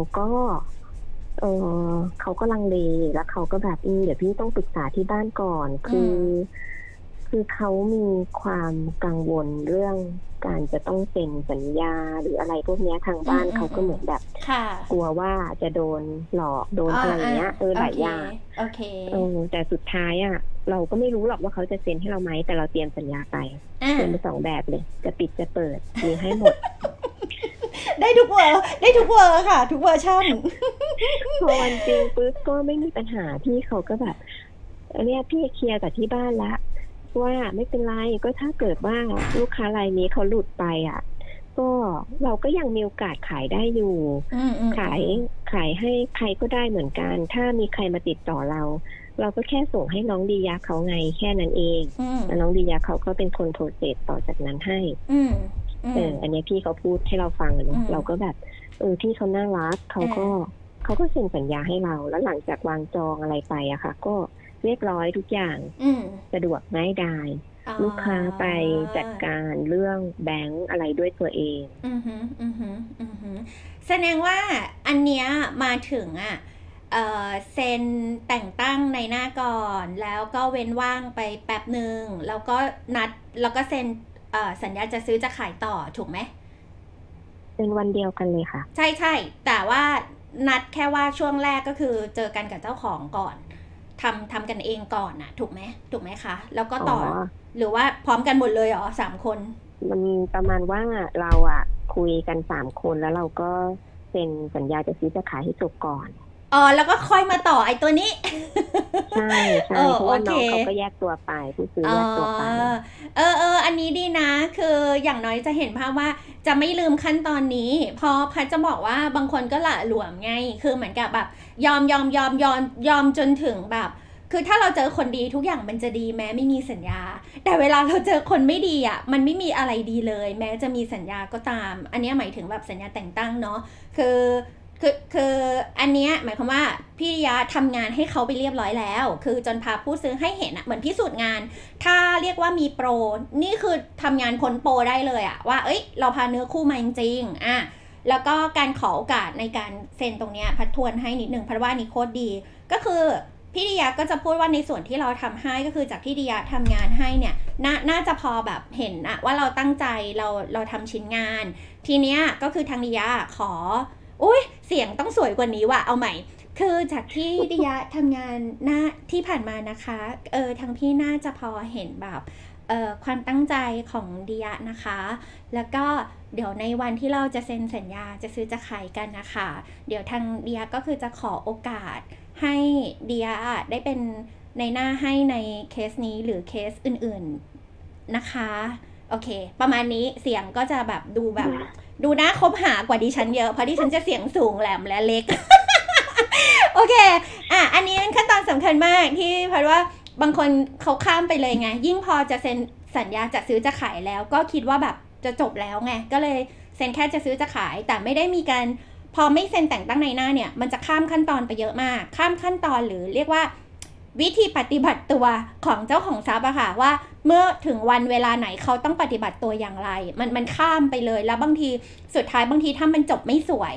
ก็ลังเลแล้วเขาก็แบบเดี๋ยวพี่ต้องปรึกษาที่บ้านก่อนคือเขามีความกังวลเรื่องการจะต้องเซ็นสัญญาหรืออะไรพวกนี้ทางบ้านเขาก็เหมือนแบบกลัวว่าจะโดนหลอกโดนอะไรเงี้ยหลายอย่างแต่สุดท้ายอ่ะเราก็ไม่รู้หรอกว่าเขาจะเซ็นให้เราไหมแต่เราเตรียมสัญญาไปเซ็นไป2แบบเลยจะปิดจะเปิดมีให้หมดได้ทุกเวอร์ค่ะทุกเวอร์ชั่นพอวันจริงปุ๊บก็ไม่มีปัญหาพี่เขาก็แบบเนี่ยพี่เคลียร์กับที่บ้านละว่าไม่เป็นไรก็ถ้าเกิดว่าลูกค้ารายนี้เขาหลุดไปอ่ะก็เราก็ยังมีโอกาสขายได้อยู่ขายให้ใครก็ได้เหมือนกันถ้ามีใครมาติดต่อเราก็แค่ส่งให้น้องดียาเขาไงแค่นั้นเองแล้วน้องดียาเขาก็เป็นคนโทรเสร็จต่อจากนั้นให้อันนี้พี่เขาพูดให้เราฟังเลยเราก็แบบพี่เขาน่ารักเขาก็เซ็นสัญญาให้เราแล้วหลังจากวางจองอะไรไปอะค่ะก็เรียบร้อยทุกอย่างสะดวกง่ายดายลูกค้าไปจัดการเรื่องแบงก์อะไรด้วยตัวเองแสดงว่าอันเนี้ยมาถึงเซ็นแต่งตั้งในหน้าก่อนแล้วก็เว้นว่างไปแป๊บนึงแล้วก็นัดแล้วก็เซ็นสัญญาจะซื้อจะขายต่อถูกไหมเป็นวันเดียวกันเลยค่ะใช่ๆแต่ว่านัดแค่ว่าช่วงแรกก็คือเจอกันกับเจ้าของก่อนทำกันเองก่อนน่ะถูกไหมคะแล้วก็ต่อหรือว่าพร้อมกันหมดเลยเหรอ3คนมันประมาณว่าเราคุยกัน3คนแล้วเราก็เซ็นสัญญาจะซื้อจะขายให้จบก่อนแล้วก็ค่อยมาต่อไอ้ตัวนี้ใช่เพราะว่าน้องเขาก็แยกตัวไปผู้ซื้อแยกตัวไปอันนี้ดีนะคืออย่างน้อยจะเห็นภาพว่าจะไม่ลืมขั้นตอนนี้พอพัดจะบอกว่าบางคนก็หละหลวมไงคือเหมือนกับแบบยอมจนถึงแบบคือถ้าเราเจอคนดีทุกอย่างมันจะดีแม้ไม่มีสัญญาแต่เวลาเราเจอคนไม่ดีมันไม่มีอะไรดีเลยแม้จะมีสัญญาก็ตามอันนี้หมายถึงแบบสัญญาแต่งตั้งเนาะคืออันเนี้ยหมายความว่าพี่ดิยาทำงานให้เขาไปเรียบร้อยแล้วคือจนพาผู้ซื้อให้เห็นเหมือนพิสูจน์งานถ้าเรียกว่ามีโปรนี่คือทำงานพ้นโปรได้เลยว่าเราพาเนื้อคู่มาจริงๆแล้วก็การขอโอกาสในการเซ็นตรงเนี้ยพัดทวนให้นิดนึงพัดว่านี่โคตรดีก็คือพี่ดิยาก็จะพูดว่าในส่วนที่เราทำให้ก็คือจากที่ดิยาทำงานให้เนี่ยน่าจะพอแบบเห็นว่าเราตั้งใจเราทำชิ้นงานทีเนี้ยก็คือทางดิยาขอเสียงต้องสวยกว่านี้ว่ะเอาใหม่คือจากที่ดิยาทำงานที่ผ่านมานะคะทางพี่น่าจะพอเห็นแบบความตั้งใจของดิยานะคะแล้วก็เดี๋ยวในวันที่เราจะเซ็นสัญญาจะซื้อจะขายกันนะคะเดี๋ยวทางดิยาก็คือจะขอโอกาสให้ดิยาได้เป็นในหน้าให้ในเคสนี้หรือเคสอื่นๆนะคะโอเคประมาณนี้เสียงก็จะแบบดูน่าคบหากว่าดิฉันเยอะเพราะดิฉันจะเสียงสูงแหลมและเล็ก โอเคอันนี้เป็นขั้นตอนสำคัญมากที่เพราะว่าบางคนเขาข้ามไปเลยไงยิ่งพอจะเซ็นสัญญาจะซื้อจะขายแล้วก็คิดว่าแบบจะจบแล้วไงก็เลยเซ็นแค่จะซื้อจะขายแต่ไม่ได้มีการพอไม่เซ็นแต่งตั้งในหน้าเนี่ยมันจะข้ามขั้นตอนไปเยอะมากข้ามขั้นตอนหรือเรียกว่าวิธีปฏิบัติตัวของเจ้าของทรัพย์ค่ะว่าเมื่อถึงวันเวลาไหนเขาต้องปฏิบัติตัวอย่างไรมันข้ามไปเลยแล้วบางทีสุดท้ายบางทีถ้ามันจบไม่สวย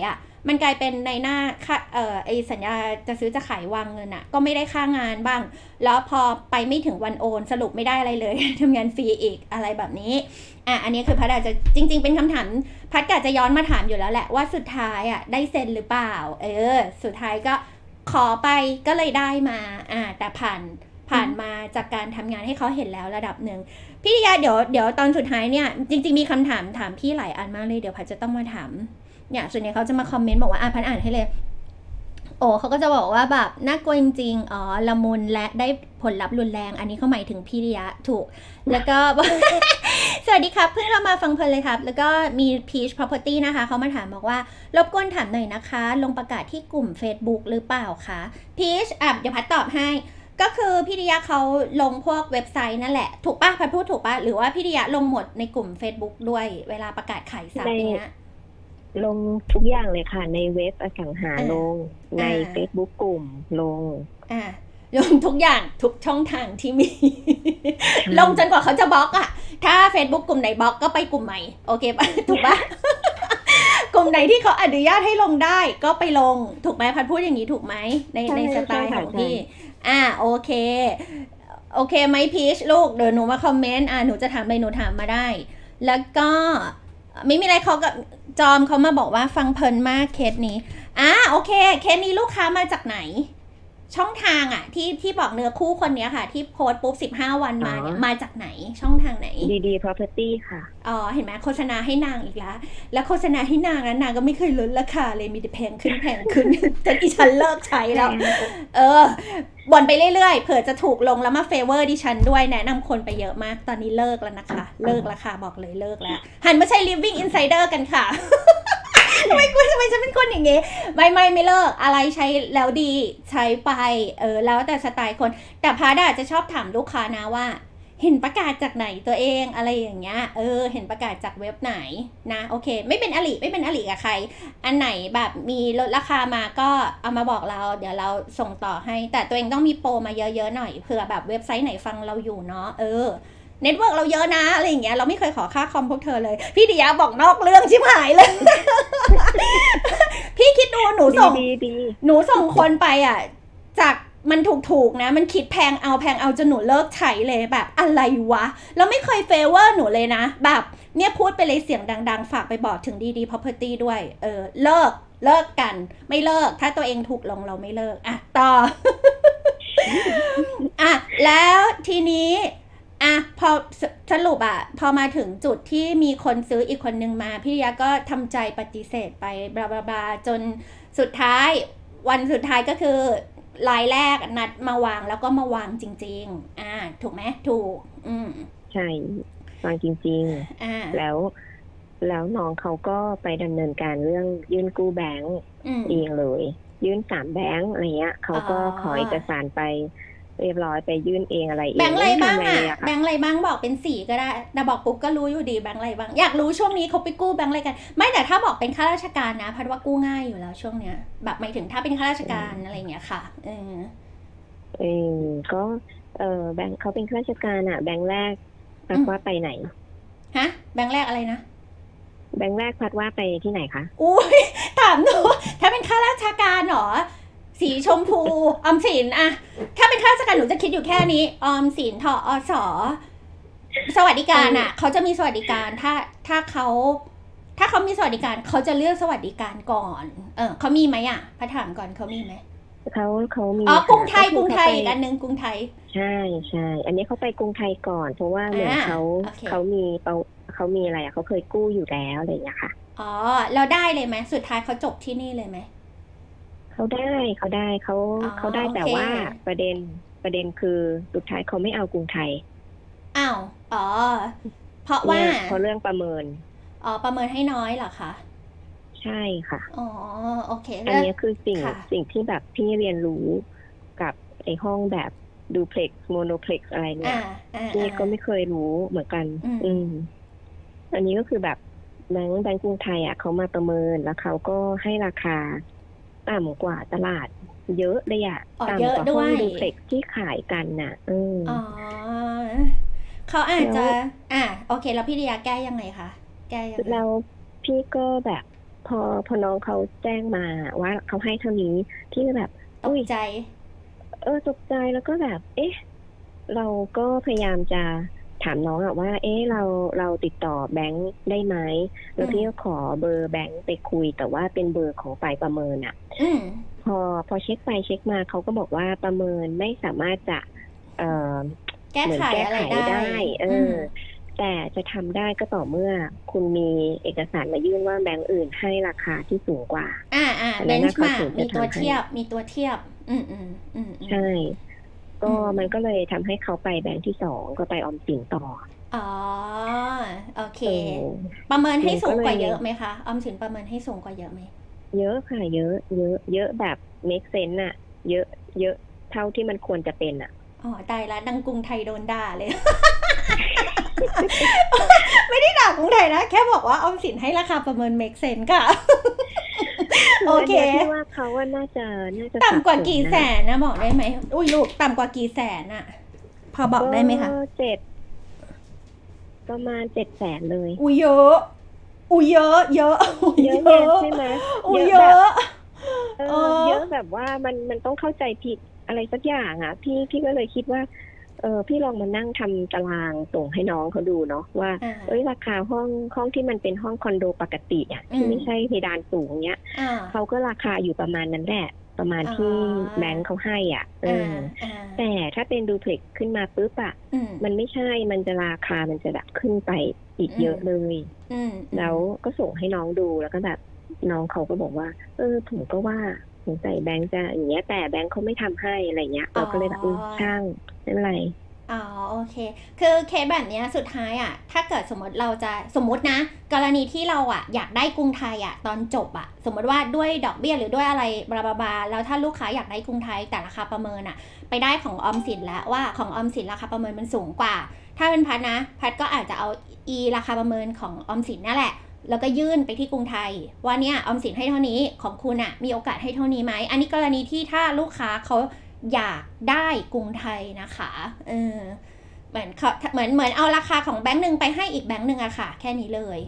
มันกลายเป็นในหน้าไอสัญญาจะซื้อจะขายวางเงินอ่ะก็ไม่ได้ค่างานบ้างแล้วพอไปไม่ถึงวันโอนสรุปไม่ได้อะไรเลย ทำงานฟรีอีกอะไรแบบนี้อันนี้คือพัดอาจจะจริงๆเป็นคำถามพัดกะจะย้อนมาถามอยู่แล้วแหละว่าสุดท้ายอ่ะได้เซ็นหรือเปล่าสุดท้ายก็ขอไปก็เลยได้มาแต่ผ่านมาจากการทำงานให้เขาเห็นแล้วระดับหนึ่งพี่ยาเดี๋ยวตอนสุดท้ายเนี่ยจริงๆมีคำถามพี่หลายอันมากเลยเดี๋ยวพัดจะต้องมาถามเนี่ยส่วนใหญ่เขาจะมาคอมเมนต์บอกว่าพัดอ่านให้เลยโอ้เขาก็จะบอกว่าแบบน่ากลัวจริงๆละมุนและได้ผลลัพธ์รุนแรงอันนี้เขาหมายถึงพี่ยาถูกแล้วก็ สวัสดีครับเพิ่งเข้ามาฟังเพลินเลยครับแล้วก็มี Peach Property นะคะเขามาถามบอกว่ารบกวนถามหน่อยนะคะลงประกาศที่กลุ่ม Facebook หรือเปล่าคะ Peach เดี๋ยวพัดตอบให้ก็คือพี่ดิยะเขาลงพวกเว็บไซต์นั่นแหละถูกป่ะพัดพูดถูกป่ะหรือว่าพี่ดิยะลงหมดในกลุ่ม Facebook ด้วยเวลาประกาศขายทรัพย์เนี้ยลงทุกอย่างเลยค่ะในเว็บอสังหาลงใน Facebook กลุ่มลงทุกอย่างทุกช่องทางที่มี ลงจนกว่าเขาจะบล็อกอะถ้า Facebook กลุ่มไหนบล็อกก็ไปกลุ่มใหม่โอเคป่ะถูกป่ะ กลุ่มไหนที่เขาอนุญาตให้ลงได้ก็ไปลงถูกไหมพัดพูดอย่างนี้ถูกไหมในสไตล์ของพี่โอเคไหมพีชลูกเดี๋ยวหนูมาคอมเมนต์หนูจะถามอะไรหนูถามมาได้แล้วก็ไม่มีอะไรเขาก็จอมเขามาบอกว่าฟังเพลินมากเคสนี้โอเคเคสนี้ลูกค้ามาจากไหนช่องทางที่บอกเนื้อคู่คนนี้ค่ะที่โพสต์ปุ๊บ15วันมาเนี่ยมาจากไหนช่องทางไหนดี property ค่ะเห็นไหมโฆษณาให้นางอีกแล้วโฆษณาให้นางนั้นนางก็ไม่เคยลดราคาเลยมีแต่แพงขึ้น จนอีฉันเลิกใช้แล้วบ่นไปเรื่อยๆเผื่อจะถูกลงแล้วมาเฟเวอร์ดิฉันด้วยแนะนำคนไปเยอะมากตอนนี้เลิกแล้วนะคะเลิกราคาบอกเลยเลิกแล้วหันมาใช้ Living Insider กันค่ะ ทำไมฉันเป็นคนอย่างงี้ไม่เลิกอะไรใช้แล้วดีใช้ไปแล้วแต่สไตล์คนแต่พาดาจะชอบถามลูกค้านะว่าเห็นประกาศจากไหนตัวเองอะไรอย่างเงี้ยเห็นประกาศจากเว็บไหนนะโอเคไม่เป็นอลิกับใครอันไหนแบบมีลดราคามาก็เอามาบอกเราเดี๋ยวเราส่งต่อให้แต่ตัวเองต้องมีโปรมาเยอะๆหน่อยเผื่อแบบเว็บไซต์ไหนฟังเราอยู่เนาะเน็ตเวิร์กเราเยอะนะอะไรอย่างเงี้ยเราไม่เคยขอค่าคอมพวกเธอเลยพี่ดิยะบอกนอกเรื่องชิบหายเลย พี่คิดดูหนูส่งคนไปจากมันถูกนะมันคิดแพงเอาจนหนูเลิกใช้เลยแบบอะไรวะแล้วไม่เคยเฟเวอร์หนูเลยนะแบบเนี่ยพูดไปเลยเสียงดังๆฝากไปบอกถึงดี property ด้วยเลิกกันไม่เลิกถ้าตัวเองถูกลงเราไม่เลิกต่อ แล้วทีนี้พอสรุปพอมาถึงจุดที่มีคนซื้ออีกคนนึงมาพี่ยะก็ทำใจปฏิเสธไปบลาบลาบลาจนสุดท้ายวันสุดท้ายก็คือรายแรกนัดมาวางแล้วก็มาวางจริงๆถูกไหมถูกใช่วางจริงๆแล้วน้องเขาก็ไปดำเนินการเรื่องยื่นกู้แบงก์เองเลยยื่น3แบงก์อะไรเงี้ยเขาก็ขอเอกสารไปเรียบร้อยไปยื่นเองอะไรเองแบงค์อะไรบ้างแบงค์อะไรบ้างบอกเป็นสีก็ได้แต่บอกปุ๊บก็รู้อยู่ดีแบงค์อะไรบ้างอยากรู้ช่วงนี้เขาไปกู้แบงค์อะไรกันไม่แต่ถ้าบอกเป็นข้าราชการนะพัดว่ากู้ง่ายอยู่แล้วช่วงเนี้ยแบบหมายถึงถ้าเป็นข้าราชการอะไรอย่างเงี้ยค่ะก็แบงค์เขาเป็นข้าราชการแบงค์แรกพัดว่าไปไหนฮะแบงค์แรกอะไรนะแบงค์แรกพัดว่าไปที่ไหนคะอุ้ยถามหนูถ้าเป็นข้าราชการหรอสีชมพูออมสินถ้าเป็นข้าราชการหนูจะคิดอยู่แค่นี้ออมสินทอสสวัสดิการเขาจะมีสวัสดิการถ้าเขามีสวัสดิการเขาจะเลือกสวัสดิการก่อนเขามีไหมพระถามก่อนเขามีไหมเขามีกรุงไทยอีกอันนึงกรุงไทยใช่อันนี้เขาไปกรุงไทยก่อนเพราะว่าเหมือนเขามีอะไรเขาเคยกู้อยู่แล้วอะไรอย่างเงี้ยค่ะเราได้เลยไหมสุดท้ายเขาจบที่นี่เลยไหมเขาได้เขาได้แต่ว่าประเด็นคือสุดท้ายเขาไม่เอากรุงไทยเพราะว่าเรื่องประเมินประเมินให้น้อยเหรอคะใช่ค่ะโอเคอันนี้คือสิ่งที่แบบพี่เรียนรู้กับไอ้ห้องแบบดูเพล็กซ์โมโนเพล็กซ์อะไรเนี่ยพี่ก็ไม่เคยรู้เหมือนกันอันนี้ก็คือแบบแบงก์กรุงไทยเขามาประเมินแล้วเขาก็ให้ราคาต่ำกว่าตลาดเยอะเลยต่ำกว่าห้องดูเพล็กซ์ที่ขายกันเขาอาจจะโอเคแล้วพี่ดิยาแก้ยังไงคะแก้ยังไงแล้วพี่ก็แบบพอน้องเขาแจ้งมาว่าเขาให้เท่านี้พี่ก็แบบตกใจตกใจแล้วก็แบบเราก็พยายามจะถามน้องว่าเราติดต่อแบงค์ได้ไหมแล้วพี่ก็ขอเบอร์แบงค์ไปคุยแต่ว่าเป็นเบอร์ของฝ่ายประเมินพอเช็คไปเช็คมาเขาก็บอกว่าประเมินไม่สามารถจะแก้ไขอะไรได้แต่จะทำได้ก็ต่อเมื่อคุณมีเอกสารมายื่นว่าแบงค์อื่นให้ราคาที่สูงกว่าเบนช์มาร์กมีตัวเทียบใช่ก็มันก็เลยทำให้เขาไปแบงค์ที่2ก็ไปออมสินต่อโอเคประเมินให้สูงกว่าเยอะไหมคะออมสินประเมินให้สูงกว่าเยอะไหมเยอะค่ะเยอะแบบ make sense อะเยอะเท่าที่มันควรจะเป็นอะตายละดังกรุงไทยโดนด่าเลย ไม่ได้ด่ากรุงไทยนะแค่บอกว่าออมสินให้ราคาประเมิน make sense ค่ะ โอเคที่ว่าเขาว่าน่าจะต่ำกว่ากี่แสนนะบอกได้ไหมอุ้ยลูกต่ำกว่ากี่แสนอะพอบอกได้ไหมคะประมาณ700,000เลยอุ้ยเยอะเยอะใช่ไหมเยอะเยอะแบบว่ามันต้องเข้าใจผิดอะไรสักอย่างอ่ะพี่ก็เลยคิดว่าพี่ลองมานั่งทำตารางส่งให้น้องเขาดูเนาะว่าราคาห้องที่มันเป็นห้องคอนโดปกติอ่ะที่ไม่ใช่เพดานสูงเนี้ยเขาก็ราคาอยู่ประมาณนั้นแหละประมาณที่แบงค์เขาให้อ่ะแต่ถ้าเป็นดูเพล็กขึ้นมาปุ๊บอ่ะมันไม่ใช่มันจะราคามันจะแบบขึ้นไปอีกเยอะเลยแล้วก็ส่งให้น้องดูแล้วก็แบบน้องเขาก็บอกว่าผมก็ว่าสงสัยแบงค์จะอย่างเงี้ยแต่แบงค์เขาไม่ทำให้อะไรเงี้ยเราก็เลยแบบช่างไม่เป็นไรโอเคคือเคสแบบนี้สุดท้ายอ่ะถ้าเกิดสมมติเราจะสมมตินะกรณีที่เราอ่ะอยากได้กรุงไทยอ่ะตอนจบอ่ะสมมติว่าด้วยดอกเบี้ยหรือด้วยอะไรบลาบลาแล้วถ้าลูกค้าอยากได้กรุงไทยแต่ราคาประเมินอ่ะไปได้ของออมสินแล้วว่าของออมสินราคาประเมินมันสูงกว่าถ้าเป็นพัดนะพัดก็อาจจะเอาราคาประเมินของออมสินนั่นแหละแล้วก็ยื่นไปที่กรุงไทยว่าเนี่ยออมสินให้เท่านี้ของคุณอ่ะมีโอกาสให้เท่านี้ไหมอันนี้กรณีที่ถ้าลูกค้าเขาอยากได้กรุงไทยนะคะเหมือนเอาราคาของแบงค์นึงไปให้อีกแบงค์นึงอะค่ะแค่นี้เลย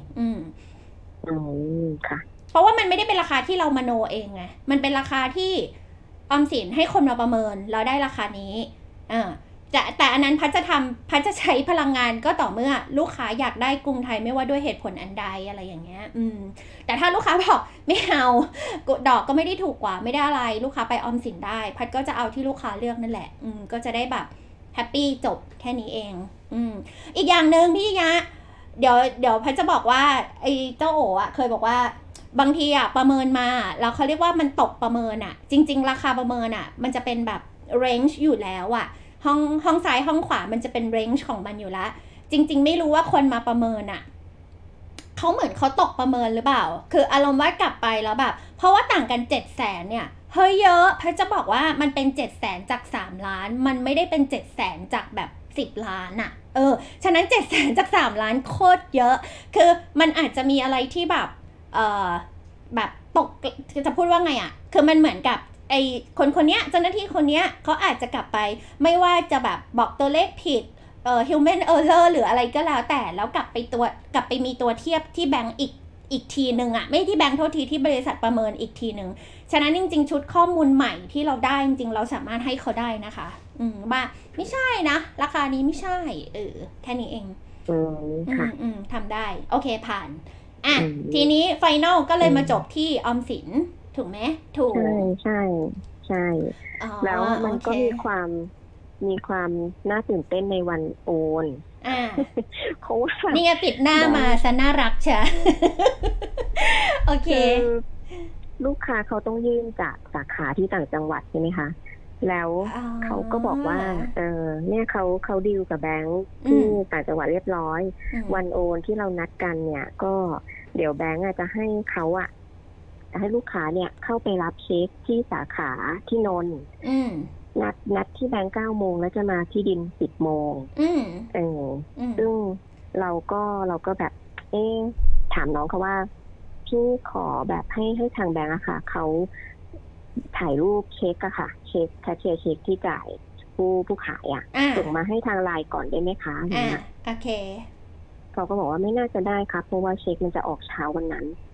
ค่ะเพราะว่ามันไม่ได้เป็นราคาที่เรามโนเองไงมันเป็นราคาที่ออมสินให้คนมาประเมินเราได้ราคานี้แต่อันนั้นพัดจะใช้พลังงานก็ต่อเมื่อลูกค้าอยากได้กรุงไทยไม่ว่าด้วยเหตุผลอันใดอะไรอย่างเงี้ยแต่ถ้าลูกค้าบอกไม่เอาดอกก็ไม่ได้ถูกกว่าไม่ได้อะไรลูกค้าไปออมสินได้พัดก็จะเอาที่ลูกค้าเลือกนั่นแหละก็จะได้แบบแฮปปี้จบแค่นี้เองอีกอย่างนึงพี่ยะเดี๋ยวพัดจะบอกว่าไอ้เจ้าโอ๋เคยบอกว่าบางทีประเมินมาแล้วเขาเรียกว่ามันตกประเมินจริงๆราคาประเมินมันจะเป็นแบบเรนจ์อยู่แล้วห้องซ้ายห้องขวามันจะเป็นเรนจ์ของมันอยู่แล้วจริงๆไม่รู้ว่าคนมาประเมินเขาเหมือนเขาตกประเมินหรือเปล่าคืออารมณ์ว่ากลับไปแล้วแบบเพราะว่าต่างกัน700,000เนี่ยเฮ้ยเยอะเพราะจะบอกว่ามันเป็น700,000จาก3ล้านมันไม่ได้เป็น700,000จากแบบ10ล้านฉะนั้น700,000จาก3ล้านโคตรเยอะคือมันอาจจะมีอะไรที่แบบแบบตกจะพูดว่าไงคือมันเหมือนกับไอ้คนเนี้ยเจ้าหน้าที่คนเนี้ยเขาอาจจะกลับไปไม่ว่าจะแบบบอกตัวเลขผิดhuman error หรืออะไรก็แล้วแต่แล้วกลับไปมีตัวเทียบที่แบงก์อีกทีนึงไม่ที่แบงก์โทษทีที่บริษัทประเมินอีกทีนึงฉะนั้นจริงๆชุดข้อมูลใหม่ที่เราได้จริงๆเราสามารถให้เขาได้นะคะว่าไม่ใช่นะราคานี้ไม่ใช่แค่นี้เองทำได้โอเคผ่านทีนี้ไฟนอลก็เลยมาจบที่ออมสินถูกไหมถูกใช่แล้วมันก็มีความน่าตื่นเต้นในวันโอนเพราะว่านี่ไงปิดหน้ามาซะน่ารักใช่โอเคลูกค้าเขาต้องยื่นจากสาขาที่ต่างจังหวัดใช่ไหมคะแล้วเขาก็บอกว่าเนี่ยเขาดีลกับแบงค์ที่ต่างจังหวัดเรียบร้อยวันโอนที่เรานัดกันเนี่ยก็เดี๋ยวแบงค์จะให้เขาจะให้ลูกค้าเนี่ยเข้าไปรับเช็คที่สาขาที่นนท์นัดที่แบงค์9 โมงแล้วจะมาที่ดิน10 โมงซึ่งเราก็แบบถามน้องเขาว่าพี่ขอแบบให้ทางแบงค์ค่ะเขาถ่ายรูปเช็คค่ะเช็คแคชเชียร์เช็คที่จ่ายผู้ขายส่งมาให้ทางไลน์ก่อนได้ไหมคะโอเคเขาก็บอกว่าไม่น่าจะได้ครับเพราะว่าเช็คมันจะออกเช้าวันนั้น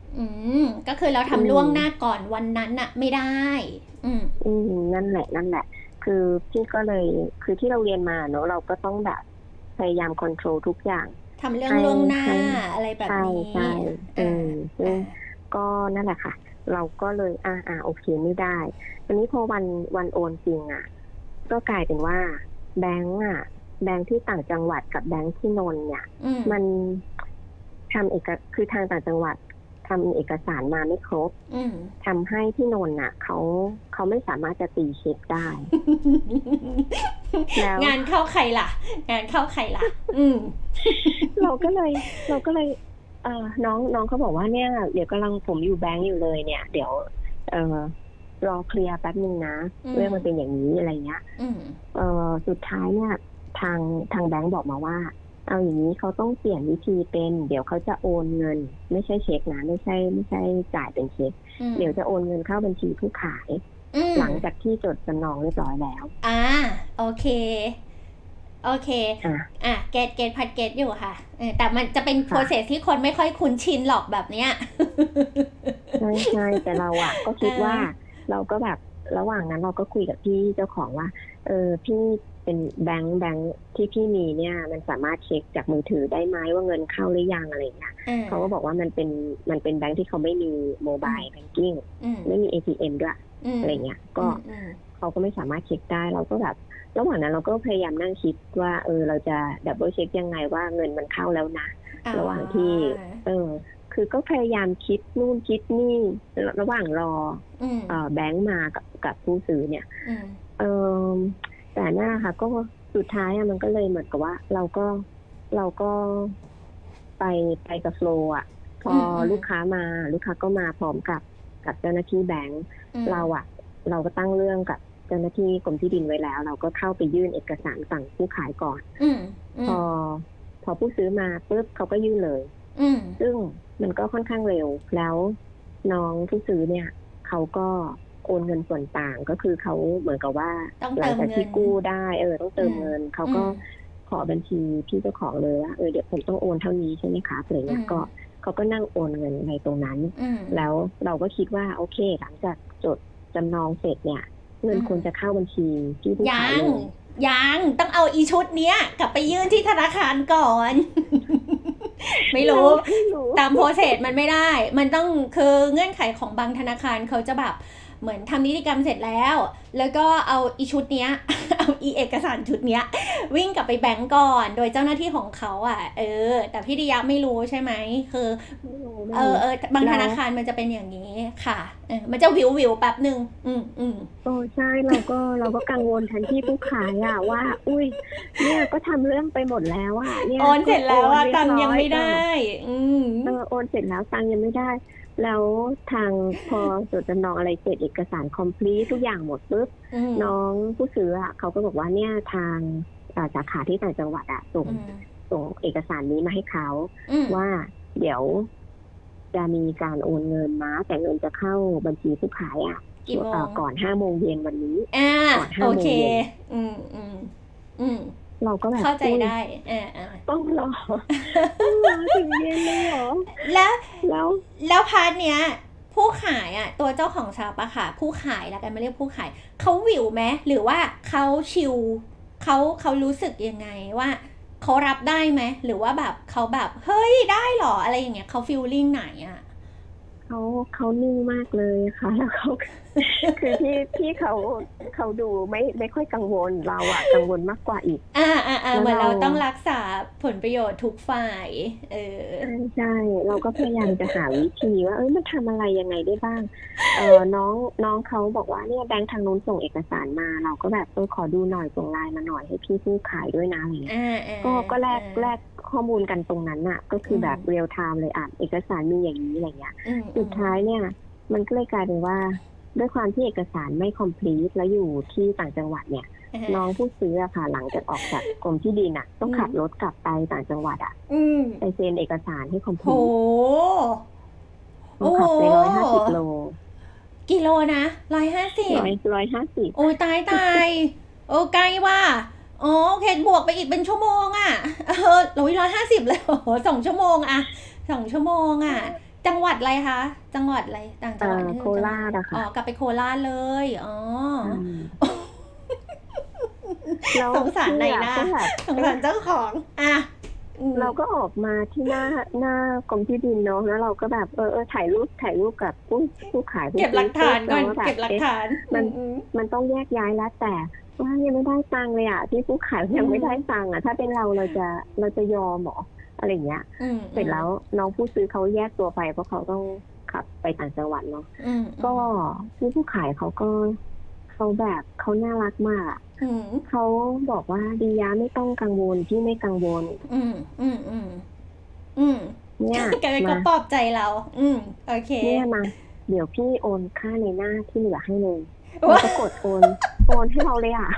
ก็คือเราทำล่วงหน้าก่อนวันนั้นน่ะไม่ได้นั่นแหละคือพี่ก็เลยคือที่เราเรียนมาเนอะเราก็ต้องแบบพยายามควบคุมทุกอย่างทำเรื่องล่วงหน้าอะไรแบบนี้ใช่ก็นั่นแหละค่ะเราก็เลยโอเคไม่ได้ทีนี้พอวันโอนจริงก็กลายเป็นว่าแบงค์ที่ต่างจังหวัดกับแบงค์ที่นนท์เนี่ยมันคือทางต่างจังหวัดทำเอกสารมาไม่ครบทำให้ที่นนท์เขาไม่สามารถจะตีเช็คได้แล้วงานเข้าใครล่ะเราก็เลยน้องเขาบอกว่าเนี่ยเดี๋ยวกำลังผมอยู่แบงค์อยู่เลยเนี่ยเดี๋ยวรอเคลียร์แป๊บนึงนะเรื่องมันเป็นอย่างนี้อะไรเงี้ยสุดท้ายเนี่ยทางแบงค์บอกมาว่าเอาอย่างนี้เขาต้องเปลี่ยนวิธีเป็นเดี๋ยวเขาจะโอนเงินไม่ใช่เช็คนะไม่ใช่จ่ายเป็นเช็คเดี๋ยวจะโอนเงินเข้าบัญชีผู้ขายหลังจากที่จดจำนองเรียบร้อยแล้วโอเคเกตพัดเกตอยู่ค่ะแต่มันจะเป็นโปรเซสที่คนไม่ค่อยคุ้นชินหรอกแบบเนี้ยใช่แต่เราก็คิดว่าเราก็แบบระหว่างนั้นเราก็คุยกับพี่เจ้าของว่าพี่เป็นแบงค์ที่พี่มีเนี่ยมันสามารถเช็คจากมือถือได้ไหมว่าเงินเข้าหรือยังอะไรเงี้ยเขาก็บอกว่ามันเป็นแบงค์ที่เขาไม่มีโมบายแบงกิ้งไม่มี ATM ด้วยอะไรเงี้ยก็เขาก็ไม่สามารถเช็คได้เราก็แบบระหว่างนั้นเราก็พยายามนั่งคิดว่าเราจะดับเบิลเช็คยังไงว่าเงินมันเข้าแล้วนะระหว่างที่คือก็พยายามคิดนู่นคิดนี่ระหว่างรอแบงค์มากับผู้ซื้อเนี่ยแต่น่าค่ะก็สุดท้ายมันก็เลยเหมือนกับว่าเราก็ไปกับโฟลว์พอลูกค้าก็มาพร้อมกับเจ้าหน้าที่แบงค์เราก็ตั้งเรื่องกับเจ้าหน้าที่กรมที่ดินไว้แล้วเราก็เข้าไปยื่นเอกสารสั่งผู้ขายก่อนพอผู้ซื้อมาปุ๊บเขาก็ยื่นเลยซึ่งมันก็ค่อนข้างเร็วแล้วน้องผู้ซื้อเนี่ยเขาก็โอนเงินส่วนต่างก็คือเขาเหมือนกับว่าหลังจากที่กู้ได้ต้องเติมเงินเขาก็ขอบัญชีพี่เจ้าของเลยว่าเดี๋ยวผมต้องโอนเท่านี้ใช่ไหมคะอะไรเงี้ยก็เขาก็นั่งโอนเงินในตรงนั้นแล้วเราก็คิดว่าโอเคหลังจากจดจำนองเสร็จเนี่ยเงินควรจะเข้าบัญชีที่ผู้ขายเลยยังต้องเอาอีชุดเนี้ยกลับไปยื่นที่ธนาคารก่อน ไม่รู้ตามโปรเซสมันไม่ได้มันต้องคือเงื่อนไขของบางธนาคารเขาจะแบบเหมือนทำนิติกรรมเสร็จแล้วก็เอาอีชุดเนี้ย เอาอีเอกสารชุดเนี้ยวิ่งกลับไปแบงก์ก่อนโดยเจ้าหน้าที่ของเขาแต่พี่ดิยะไม่รู้ใช่ไหมคือบางธนาคารมันจะเป็นอย่างนี้ค่ะมันจะวิวแป๊บนึงใช่เราก็กังวลแทนที่ผู้ขายว่าอุ้ยเนี่ยก็ทำเรื่องไปหมดแล้วเนี่ยโอนเสร็จแล้วตังยังไม่ได้โอนเสร็จแล้วตังยังไม่ได้แล้วทางพอจดจำนองอะไรเสร็จเอกสารคอมพลีททุกอย่างหมดปุ๊บน้องผู้ซื้อเขาก็บอกว่าเนี่ยทางสาขาที่ต่างจังหวัดส่งเอกสารนี้มาให้เขาว่าเดี๋ยวจะมีการโอนเงินนะแต่เงินจะเข้าบัญชีผู้ขายก่อน 5 โมงเย็นวันนี้ก่อน 5 โมงเย็นเราก็แบบเข้าใจได้ต้องรอถึงเย็นเลยเหรอแล้วพาร์ทเนี้ยผู้ขายตัวเจ้าของช็อปค่ะผู้ขายแล้วกันไม่เรียกผู้ขายเขาวิวไหมหรือว่าเขาชิลเขารู้สึกยังไงว่าเขารับได้ไหมหรือว่าแบบเขาแบบเฮ้ยได้หรออะไรอย่างเงี้ยเขาฟีลลิ่งไหนเขานิ่งมากเลยค่ะแล้วเขาคือที่เขาดูไม่ค่อยกังวลเรากังวลมากกว่าอีกเหมือนเราต้องรักษาผลประโยชน์ทุกฝ่ายใช่เราก็พยายามจะหาวิธีว่ามันทำอะไรยังไงได้บ้างน้องเขาบอกว่าเนี่ยแบงค์ทางนู้นส่งเอกสารมาเราก็แบบขอดูหน่อยส่งไลน์มาหน่อยให้พี่ผู้ขายด้วยนะอะไรเงี้ยก็แลกข้อมูลกันตรงนั้นก็คือแบบเรียลไทม์เลยเอกสารมีอย่างนี้อะไรเงี้ยสุดท้ายเนี่ยมันก็เลยกลายเป็นว่าด้วยความที่เอกสารไม่ complete แล้วอยู่ที่ต่างจังหวัดเนี่ยน้องผู้ซื้อค่ะหลังจากออกจากกรมที่ดินต้องขับรถกลับไปต่างจังหวัดไปเซ็นเอกสารให้ complete ขับไป150 โลกิโลนะ150โอ้ยตายโอ้ไกลว่ะโอเคบวกไปอีกเป็นชั่วโมง150เลย2 ชั่วโมง2 ชั่วโมงจังหวัดอะไรคะจังหวัดอะไรต่างจังหวัดโคราชอะค่ะกลับไปโคราชเลยสงสารในหน้าสงสารเจ้าของเราก็ออกมาที่หน้ากรมที่ดินเนาะแล้วเราก็แบบถ่ายรูปกับผู้ขายเก็บหลักฐานก่อนเก็บหลักฐานมันต้องแยกย้ายแล้วแต่ว่ายังไม่ได้ตังค์เลยอ่ะที่ผู้ขายยังไม่ได้ตังค์อ่ะถ้าเป็นเราจะยอมหรออะไรเงี้ยเสร็จแล้วน้องผู้ซื้อเขาแยกตัวไปเพราะเขาต้องขับไปต่างจังหวัดเนาะก็ผู้ขายเขาแบบเขาน่ารักมากเขาบอกว่าดิยาไม่ต้องกังวลพี่ไม่กังวลเนี่ยแกก็ปลอบใจเราโอเคเนี่ยมาเดี๋ยวพี่โอนค่าในหน้าที่เหลือให้เลยแล้วก็กดโอนให้เราเลยอ่ะ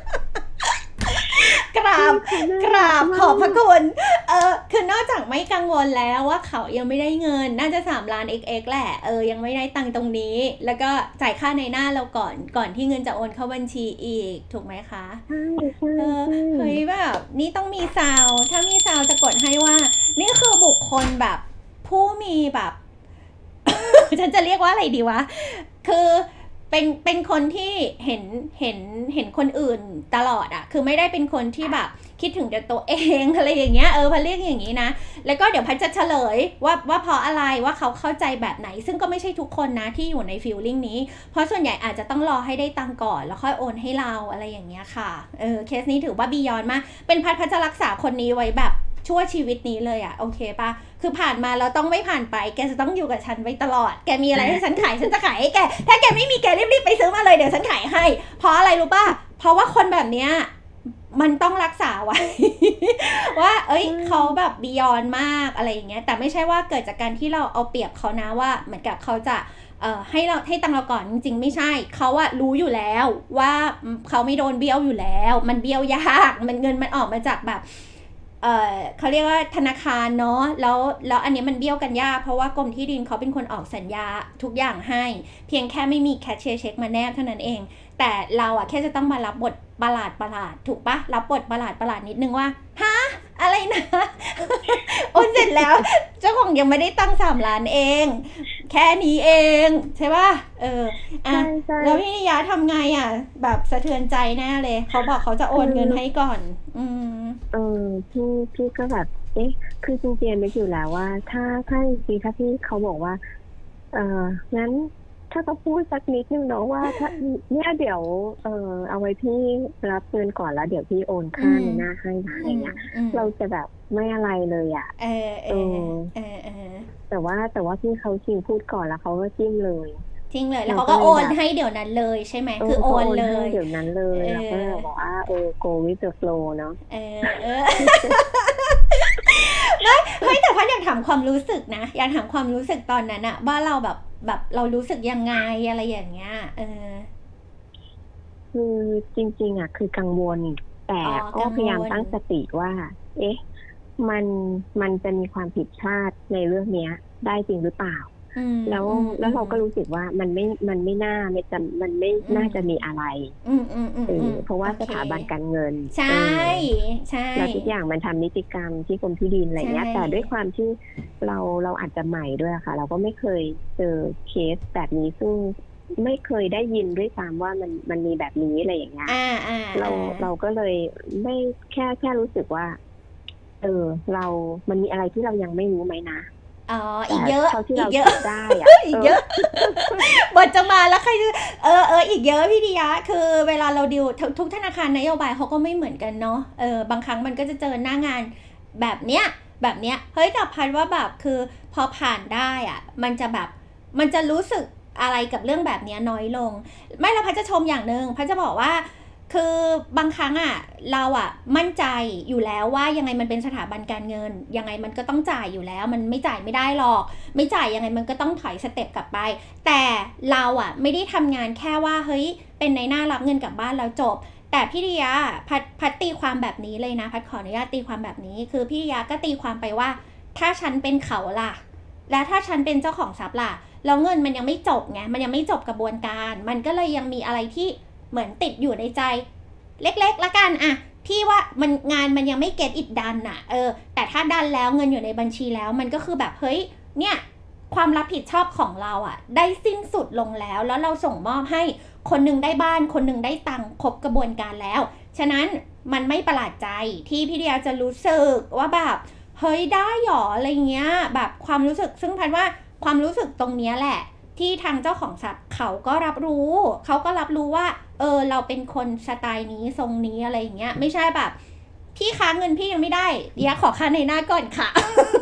กราบขอบพระคุณคือนอกจากไม่กังวลแล้วว่าเขายังไม่ได้เงินน่าจะ3 ล้าน XX แหละยังไม่ได้ตังค์ตรงนี้แล้วก็จ่ายค่าในหน้าเราก่อนที่เงินจะโอนเข้าบัญชีอีกถูกไหมคะเฮ้ยแบบนี่ต้องมีซาวถ้ามีซาวจะกดให้ว่านี่คือบุคคลแบบผู้มีแบบ ฉันจะเรียกว่าอะไรดีวะคือเป็นคนที่เห็นคนอื่นตลอดอะคือไม่ได้เป็นคนที่แบบคิดถึงแต่ตัวเองอะไรอย่างเงี้ยพันเรียกอย่างนี้นะแล้วก็เดี๋ยวพันจะเฉลยว่าเพราะอะไรว่าเขาเข้าใจแบบไหนซึ่งก็ไม่ใช่ทุกคนนะที่อยู่ในฟีลลิ่งนี้เพราะส่วนใหญ่อาจจะต้องรอให้ได้ตังค์ก่อนแล้วค่อยโอนให้เราอะไรอย่างเงี้ยค่ะเคสนี้ถือว่าบียอนมากเป็นพันจะรักษาคนนี้ไว้แบบชั่วชีวิตนี้เลยอะโอเคปะคือผ่านมาเราต้องไม่ผ่านไปแกจะต้องอยู่กับฉันไว้ตลอดแกมีอะไรให้ฉันขายฉันจะขายให้แกถ้าแกไม่มีแกรีบไปซื้อมาเลยเดี๋ยวฉันขายให้เพราะอะไรรู้ป่ะเพราะว่าคนแบบเนี้ยมันต้องรักษาไว้ ว่าเขาแบบบียอนมากอะไรอย่างเงี้ยแต่ไม่ใช่ว่าเกิดจากการที่เราเอาเปรียบเขานะว่าเหมือนกับเขาจะให้ตังเราก่อนจริงๆไม่ใช่เขาอะรู้อยู่แล้วว่าเขาไม่โดนเบี้ยวอยู่แล้วมันเบี้ยวยากมันเงินมันออกมาจากแบบเขาเรียกว่าธนาคารเนาะแล้วอันนี้มันเบี้ยวกันยากเพราะว่ากรมที่ดินเขาเป็นคนออกสัญญาทุกอย่างให้เพียงแค่ไม่มีแคชเชียร์เช็คมาแนบเท่านั้นเองแต่เราอะแค่จะต้องมารับบทประหลาดถูกปะรับบทประหลาดนิดนึงว่าฮะอะไรนะ โอนเสร็จแล้วเจ้าของยังไม่ได้ตั้ง3 ล้านเองแค่นี้เองใช่ป่ะแล้วพี่นิยาทำไงอ่ะแบบสะเทือนใจแน่เลยเขาบอกเขาจะโอนเงินให้ก่อนพี่ก็แบบคือจริงๆไม่อยู่แล้วว่าถ้าพี่เขาบอกว่างั้นถ้าต้องพูดสักนิดนึงเนาะว่าถ้าเนี่ยเดี๋ยวเอาไว้พี่รับเงินก่อนแล้วเดี๋ยวพี่โอนค่าในหน้าให้นะอะไรเงี้ยเราจะแบบไม่อะไรเลยอ่ะแต่ว่าพี่เขาชิงพูดก่อนแล้วเขาก็จิ้มเลยแล้วเขาก็โอนให้เดี๋ยวนั้นเลยใช่ไหมคือโอนเลยเดี๋ยวนั้นเลยแล้วก็บอกว่าgo with the flow เนาะเฮ้ยแต่พัดอยากถามความรู้สึกนะอยากถามความรู้สึกตอนนั้นอะว่าเราแบบเรารู้สึกยังไงอะไรอย่างเงี้ยคือจริงๆอะคือกังวลแต่ก็พยายามตั้งสติว่ามันจะมีความผิดพลาดในเรื่องเนี้ยได้จริงหรือเปล่าแล้วเราก็รู้สึกว่ามันไม่น่าจะมีอะไรเพราะว่าสถาบันการเงินใช่แล้วทุกอย่างมันทำนิติกรรมที่กรมที่ดินอะไรเงี้ยแต่ด้วยความที่เราอาจจะใหม่ด้วยค่ะเราก็ไม่เคยเจอเคสแบบนี้ซึ่งไม่เคยได้ยินด้วยซ้ำว่ามันมีแบบนี้อะไรอย่างเงี้ยเราก็เลยไม่แค่รู้สึกว่ามันมีอะไรที่เรายังไม่รู้ไหมนะอีกเยอะได้อีกเยอะบทจะมาแล้วใครอีกเยอะพี่ดิยะคือเวลาเราดิวทุกธนาคารนโยบายเขาก็ไม่เหมือนกันเนาะบางครั้งมันก็จะเจอหน้างานแบบเนี้ยเฮ้ยแต่พัดว่าแบบคือพอผ่านได้อ่ะมันจะรู้สึกอะไรกับเรื่องแบบนี้น้อยลงไม่แล้วพัดจะชมอย่างนึงพัดจะบอกว่าคือบางครั้งอ่ะเราอ่ะมั่นใจอยู่แล้วว่ายังไงมันเป็นสถาบันการเงินยังไงมันก็ต้องจ่ายอยู่แล้วมันไม่จ่ายไม่ได้หรอกไม่จ่ายยังไงมันก็ต้องถอยสเต็ปกลับไปแต่เราอ่ะไม่ได้ทำงานแค่ว่าเฮ้ยเป็นในหน้ารับเงินกลับบ้านแล้วจบแต่พี่ดิยาพัดตีความแบบนี้เลยนะพัดขออนุญาตตีความแบบนี้คือพี่ดิยาก็ตีความไปว่าถ้าฉันเป็นเขาล่ะแล้วถ้าฉันเป็นเจ้าของทรัพย์ล่ะแล้วเงินมันยังไม่จบไงมันยังไม่จบกระบวนการมันก็เลยยังมีอะไรที่เหมือนติดอยู่ในใจเล็กๆละกันอะพี่ว่างานมันยังไม่ get it done อะแต่ถ้าดันแล้วเงินอยู่ในบัญชีแล้วมันก็คือแบบเฮ้ยเนี่ยความรับผิดชอบของเราอ่ะได้สิ้นสุดลงแล้วเราส่งมอบให้คนนึงได้บ้านคนนึงได้ตังค์ครบกระบวนการแล้วฉะนั้นมันไม่ประหลาดใจที่พี่เดียจะรู้สึกว่าแบบเฮ้ยได้หรออะไรเงี้ยแบบความรู้สึกซึ่งพันว่าความรู้สึกตรงเนี้ยแหละที่ทางเจ้าของทรัพย์เขาก็รับรู้ว่าเราเป็นคนสไตล์นี้ทรงนี้อะไรอย่างเงี้ยไม่ใช่แบบพี่ค้าเงินพี่ยังไม่ได้เดี๋ยวขอค่าในหน้าก่อนค่ะ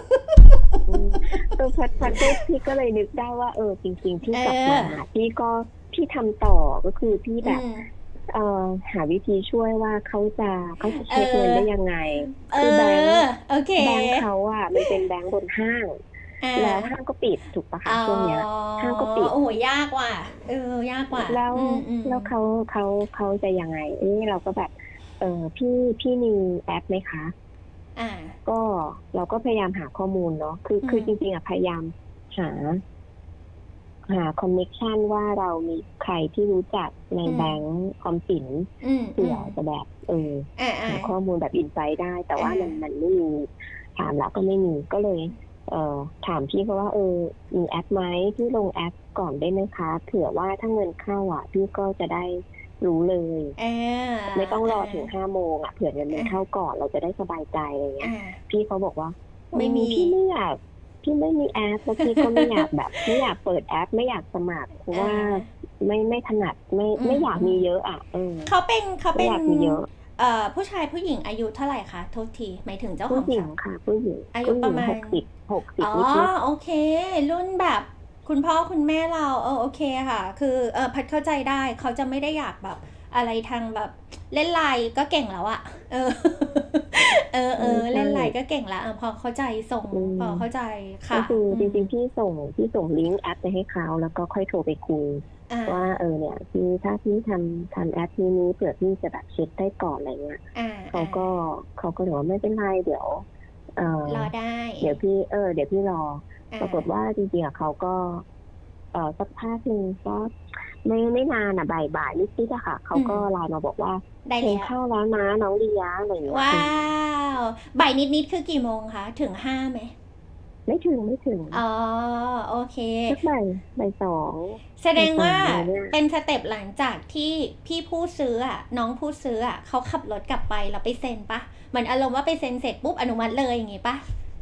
พัดพี่ก็เลยนึกได้ว่าจริงๆพี่กลับมาพี่ทำต่อก็คือพี่แบบหาวิธีช่วยว่าเขาจะเช็คเงินได้ยังไงคือแบงค์เขาอ่ะมันเป็นแบงค์บนห้างแล้วห้างก็ปิดถูกปะคะช่วงเนี้ยห้างก็ปิดโอ้โหยากว่ะยากกว่าแล้วเขาจะยังไงเราก็แบบพี่มีแอปไหมคะก็เราก็พยายามหาข้อมูลเนาะคือจริงๆอ่ะพยายามหาคอนเนคชั่นว่าเรามีใครที่รู้จักในแบงก์ออมสินเผื่อจะแบบหาข้อมูลแบบอินไซด์ได้แต่ว่ามันไม่มีถามแล้วก็ไม่มีก็เลยถามพี่เขาว่ามีแอปไหมพี่ลงแอปก่อนได้ไหมคะเผื่อว่าถ้าเงินเข้าอ่ะพี่ก็จะได้รู้เลยไม่ต้องรอถึง5 โมงอ่ะเผื่อเงินมันเข้าก่อนเราจะได้สบายใจอะไรเงี้ยพี่เขาบอกว่าไม่มีพี่ไม่อยากพี่ไม่มีแอปแล้วพี่ก็ไม่อยากแบบไม่อยากเปิดแอปไม่อยากสมัครเพราะว่าไม่ถนัดไม่อยากมีเยอะอ่ะเขาเป็นอยากมีเยอะผู้ชายผู้หญิงอายุเท่าไหร่คะโทษทีหมายถึงเจ้าของผู้หญิงค่ะผู้หญิงอายุประมาณ 60 อ๋อโอเครุ่นแบบคุณพ่อคุณแม่เราโอเคค่ะคือพัดเข้าใจได้เขาจะไม่ได้อยากแบบอะไรทางแบบเล่นไลน์ก็เก่งแล้วอะเล่นไลน์ก็เก่งแล้วพอเข้าใจส่งพอเข้าใจค่ะก็คือจริงๆพี่ส่งลิงก์แอปไปให้เขาแล้วก็ค่อยโทรไปคุยว่าเนี่ยพี่ถ้าพี่ทำแอปนี้เผื่อพี่จะแบบเช็คได้ก่อนอะไรเงี้ยเขาก็บอกว่าไม่เป็นไรเดี๋ยวรอได้เดี๋ยวพี่รอปรากฏว่าจริงๆเขาก็สักพักนึงก็ไม่นานบ่ายนิดๆอะค่ะเขาก็ไลน์มาบอกว่าเงินเข้าแล้วนะน้องดิยาอะไรอย่างเงี้ยว้าวบ่ายนิดๆคือกี่โมงคะถึง5ไหมไม่ถึงอ๋อโอเคสักบ่าย2 แสดงว่าเป็นสเต็ปหลังจากที่พี่ผู้ซื้อน้องผู้ซื้อเขาขับรถกลับไปแล้วไปเซ็นปะเหมือนอารมณ์ว่าไปเซ็นเสร็จปุ๊บอนุมัติเลยอย่างงี้ปะ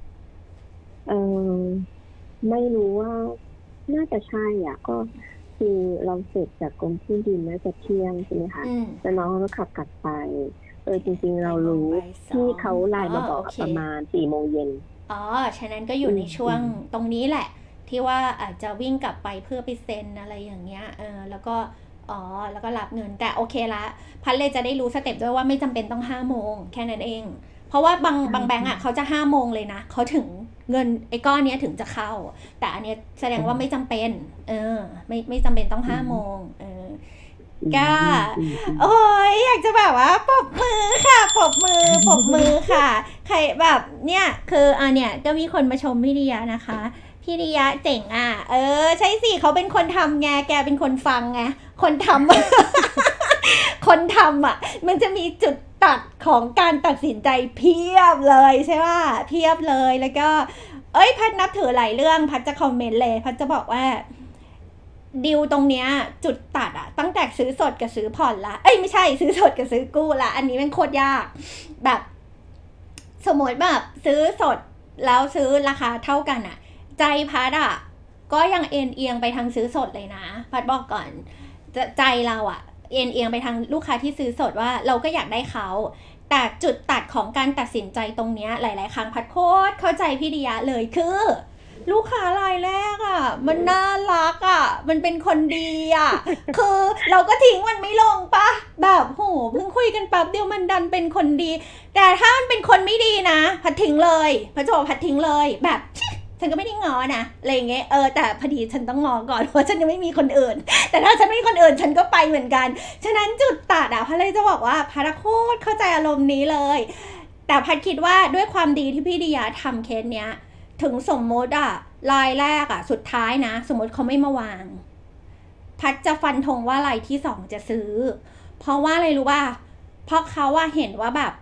ไม่รู้ว่าน่าจะใช่ก็คือเราเสร็จจากกรมที่ดินน่าจะเที่ยงใช่ไหมคะแล้วน้องเขาก็ขับกลับไปจริงๆเรารู้ที่เขาไลน์มาบอกประมาณ4 โมงเย็นฉะนั้นก็อยู่ในช่วงตรงนี้แหละที่ว่าอาจจะวิ่งกลับไปเพื่อไปเซ็นอะไรอย่างเงี้ยแล้วก็รับเงินแต่โอเคละพันเลยจะได้รู้สเต็ปด้วยว่าไม่จำเป็นต้อง5 โมงแค่นั้นเองเพราะว่าบางแบงก์เขาจะ5 โมงเลยนะเขาถึงเงินไอ้ก้อนนี้ถึงจะเข้าแต่อันเนี้ยแสดงว่าไม่จำเป็นไม่จำเป็นต้อง5 โมงก็โอ้ยอยากจะแบบว่าปรบมือค่ะปรบมือค่ะใครแบบเนี่ยคือเนี่ยก็มีคนมาชมพี่ดิยานะคะพี่ดิยาเจ๋งใช่สิเขาเป็นคนทำไงแกเป็นคนฟังไงคนทำ คนทำมันจะมีจุดตัดของการตัดสินใจเพียบเลยใช่ป่ะเพียบเลยแล้วก็พัดนับถือหลายเรื่องพัดจะคอมเมนต์เลยพัดจะบอกว่าดิวตรงเนี้ยจุดตัดตั้งแต่ซื้อสดกับซื้อผ่อนละไม่ใช่ซื้อสดกับซื้อกู้ละอันนี้มันโคตรยากแบบสมมติแบบซื้อสดแล้วซื้อราคาเท่ากันใจพัดก็ยังเอียงไปทางซื้อสดเลยนะพัดบอกก่อนใจเราเอียงไปทางลูกค้าที่ซื้อสดว่าเราก็อยากได้เขาแต่จุดตัดของการตัดสินใจตรงเนี้ยหลายๆครั้งพัดโคตรเข้าใจพี่ดิยาเลยคือลูกค้ารายแรกมันน่ารักมันเป็นคนดีคือเราก็ทิ้งมันไม่ลงปะแบบโหเพิ่งคุยกันแป๊บเดียวมันดันเป็นคนดีแต่ถ้ามันเป็นคนไม่ดีนะพัดทิ้งเลยพัดจะบอกพัดทิ้งเลยแบบฉันก็ไม่ได้ง้อนะอะไรอย่างเงี้ยแต่พอดีฉันต้องง้อก่อนเพราะฉันยังไม่มีคนอื่นแต่ถ้าฉันไม่มีคนอื่นฉันก็ไปเหมือนกันฉะนั้นจุดตัดพัดเลยจะบอกว่าพัดโคตรเข้าใจอารมณ์นี้เลยแต่พัดคิดว่าด้วยความดีที่พี่ดิยาทำเคสเนี้ยถึงสมมติรายแรกสุดท้ายนะสมมติเขาไม่มาวางพัดจะฟันธงว่ารายที่2จะซื้อเพราะว่าอะไรรู้ป่ะเพราะเขาเห็นว่าแบบ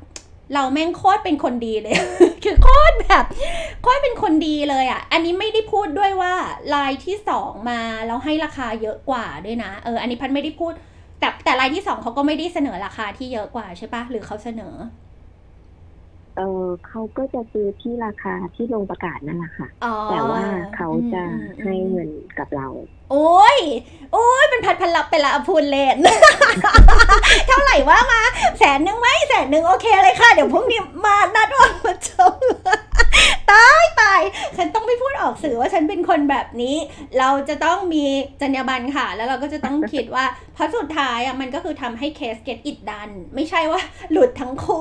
เราแม่งโคตรเป็นคนดีเลย คือโคตรเป็นคนดีเลยอ่ะอันนี้ไม่ได้พูดด้วยว่ารายที่2มาแล้วให้ราคาเยอะกว่าด้วยนะอันนี้พัดไม่ได้พูดแต่รายที่2เขาก็ไม่ได้เสนอราคาที่เยอะกว่าใช่ปะหรือเขาเสนอเขาก็จะซื้อที่ราคาที่ลงประกาศนั่นแหละค่ะแต่ว่าเขาจะให้เงินกับเราโอ้ยเป็นพันลับไปละพูนเล่น เท่าไหร่ว่ามา100,000ไหม100,000โอเคเลยค่ะเดี๋ยวพรุ่งนี้มานัดวันมาชม ตายฉันต้องไม่พูดออกสื่อว่าฉันเป็นคนแบบนี้เราจะต้องมีจรรยาบรรณค่ะแล้วเราก็จะต้องคิดว่าเพราะสุดท้ายอ่ะมันก็คือทำให้เคส get it done ไม่ใช่ว่าหลุดทั้งคู่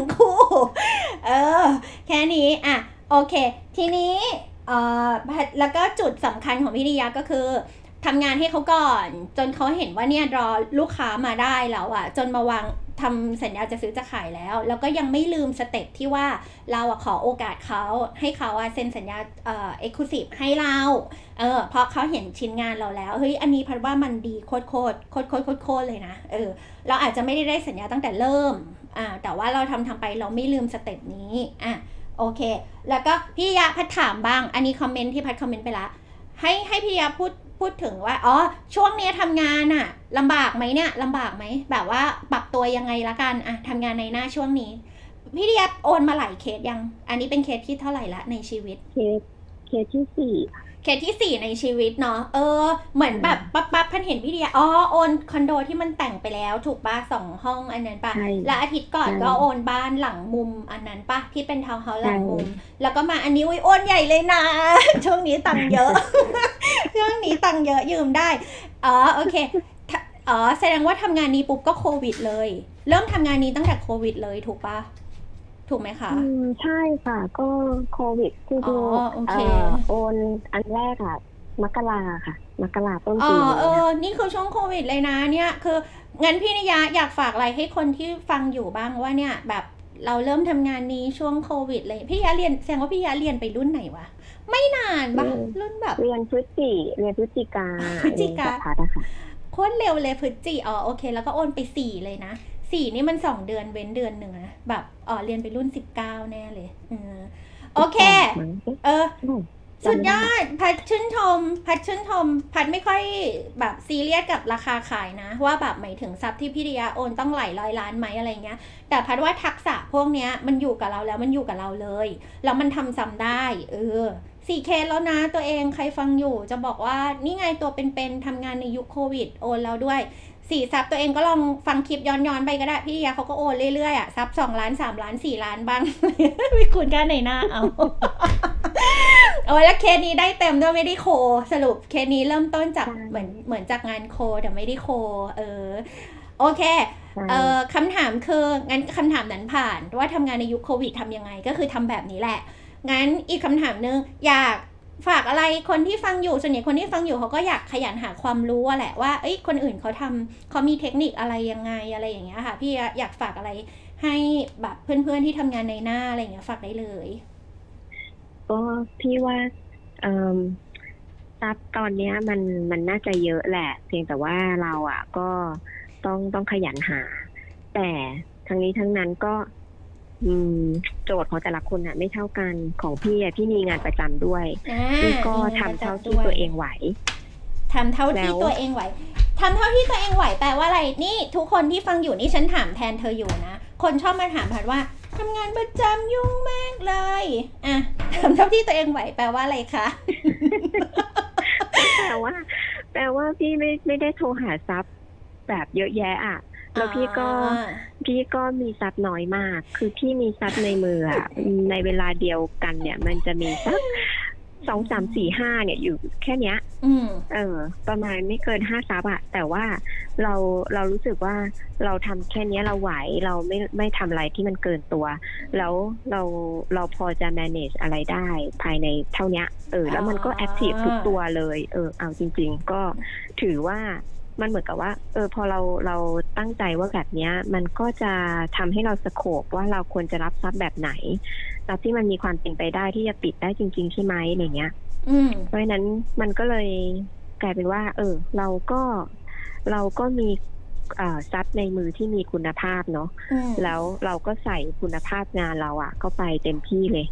แค่นี้อ่ะโอเคทีนี้แล้วก็จุดสำคัญของพี่ดิยาก็คือทำงานให้เขาก่อนจนเขาเห็นว่าเนี่ยรอลูกค้ามาได้แล้วอ่ะจนมาวางทำสัญญาจะซื้อจะขายแล้วก็ยังไม่ลืมสเต็ปที่ว่าเราขอโอกาสเขาให้เขาเซ็นสัญญาexclusive ให้เราเพราะเขาเห็นชิ้นงานเราแล้วเฮ้ยอันนี้พัดว่ามันดีโคตรเลยนะเราอาจจะไม่ได้สัญญาตั้งแต่เริ่มแต่ว่าเราทำไปเราไม่ลืมสเต็ปนี้โอเคแล้วก็พี่ยะพัดถามบ้างอันนี้คอมเมนต์ที่พัดคอมเมนต์ไปละให้พี่ยะพูดถึงว่าช่วงนี้ทำงานลำบากไหมเนี่ยลำบากไหมแบบว่าปรับตัวยังไงละกันทำงานในหน้าช่วงนี้พี่ดิยะโอนมาหลายเคสยังอันนี้เป็นเคสที่เท่าไหร่ละในชีวิตเคสที่4 เคสที่4ในชีวิตเนาะเหมือนแบบปั๊บพันเห็นพี่ดิยะโอนคอนโดที่มันแต่งไปแล้วถูกป่ะ2ห้องอันนั้นป่ะแล้วอาทิตย์ก่อนก็โอนบ้านหลังมุมอันนั้นป่ะที่เป็นทาวน์เฮาส์หลังมุมแล้วก็มาอันนี้โอนใหญ่เลยนะ ช่วงนี้ตังค์เยอะ ช่วงนี้ตังค์เยอะยืมได้โอเคแสดงว่าทำงานนี้ปุ๊บก็โควิดเลยเริ่มทำงานนี้ตั้งแต่โควิดเลยถูกป่ะถูกไหมคะใช่ค่ะก็โควิดคือโอนอันแรกค่ะมกราค่ะมกราต้นปีนี่คือช่วงโควิดเลยนะเนี่ยคืองั้นพี่นิยะอยากฝากอะไรให้คนที่ฟังอยู่บ้างว่าเนี่ยแบบเราเริ่มทำงานนี้ช่วงโควิดเลยพี่ยะเรียนแสดงว่าพี่ยะเรียนไปรุ่นไหนวะไม่นานปะรุ่นแบบเรียนพฤศจิกาพัดอะค่ะโคตรเร็วเลยพฤศจิโอเคแล้วก็โอนไป4เลยนะ4นี่มัน2เดือนเว้นเดือนหนึ่งนะแบบเรียนไปรุ่น19แน่เลยโอเคสุดยอดพัดชื่นชมพัดไม่ค่อยแบบซีเรียสกับราคาขายนะว่าแบบหมายถึงทรัพย์ที่พี่ดิยาโอนต้องหลายร้อยล้านไหมอะไรเงี้ยแต่พัดว่าทักษะพวกเนี้ยมันอยู่กับเราแล้วมันอยู่กับเราเลยแล้วมันทำซ้ำได้4 เคสแล้วนะตัวเองใครฟังอยู่จะบอกว่านี่ไงตัวเป็นทำงานในยุคโควิดโอนแล้วด้วย4ซับตัวเองก็ลองฟังคลิปย้อนไปก็ได้พี่ดิยาเขาก็โอนเรื่อยๆซับ2 ล้าน3 ล้าน4 ล้านบ้าง ไม่คุณกันในหน้าเอา แล้วเคสนี้ได้เต็มด้วยไม่ได้โคสรุปเคสนี้เริ่มต้นจากเหมือนจากงานโคแต่ไม่ได้โคโอเคคำถามคืองั้นคำถามนั้นผ่านว่าทำงานในยุคโควิดทำยังไงก็คือทำแบบนี้แหละงั้นอีกคำถามนึงอยากฝากอะไรคนที่ฟังอยู่ส่วนใหญ่คนที่ฟังอยู่เขาก็อยากขยันหาความรู้แหละว่าคนอื่นเขามีเทคนิคอะไรยังไงอะไรอย่างเงี้ยค่ะพี่อยากฝากอะไรให้แบบเพื่อนๆที่ทำงานในหน้าอะไรอย่างเงี้ยฝากได้เลยก็พี่ว่าทรัพย์ตอนนี้มันน่าจะเยอะแหละเพียงแต่ว่าเราก็ต้องขยันหาแต่ทั้งนี้ทั้งนั้นก็โจทย์ของแต่ละคนไม่เท่ากันของพี่มีงานประจำด้วยพี่ก็ทำเท่าที่ตัวเองไหวทำเท่าที่ตัวเองไหวทำเท่าที่ตัวเองไหวแปลว่าอะไรนี่ทุกคนที่ฟังอยู่นี่ฉันถามแทนเธออยู่นะคนชอบมาถามพัดว่าทำงานประจำยุ่งมากเลยทำเท่าที่ตัวเองไหวแปลว่าอะไรคะแปลว่าพี่ไม่ได้โทรหาซับแบบเยอะแยะแล้วพี่ก็มีทรัพย์น้อยมากคือพี่มีทรัพย์ในมือในเวลาเดียวกันเนี่ยมันจะมีสัก2 3 4 5เนี่ยอยู่แค่เนี้ยประมาณไม่เกิน5ทรัพย์แต่ว่าเรารู้สึกว่าเราทำแค่นี้เราไหวเราไม่ทำอะไรที่มันเกินตัวแล้วเราพอจะ manage อะไรได้ภายในเท่านี้แล้วมันก็ active ทุกตัวเลยเอาจริงๆก็ถือว่ามันเหมือนกับว่าพอเราตั้งใจว่าแบบนี้มันก็จะทำให้เราสโคปว่าเราควรจะรับทรัพย์แบบไหนทรัพย์ที่มันมีความเป็นไปได้ที่จะปิดได้จริงๆใช่ไหมอะไรเงี้ยเพราะฉะนั้นมันก็เลยกลายเป็นว่าเราก็มีทรัพย์ในมือที่มีคุณภาพเนาะแล้วเราก็ใส่คุณภาพงานเราอะเข้าไปเต็มที่เลย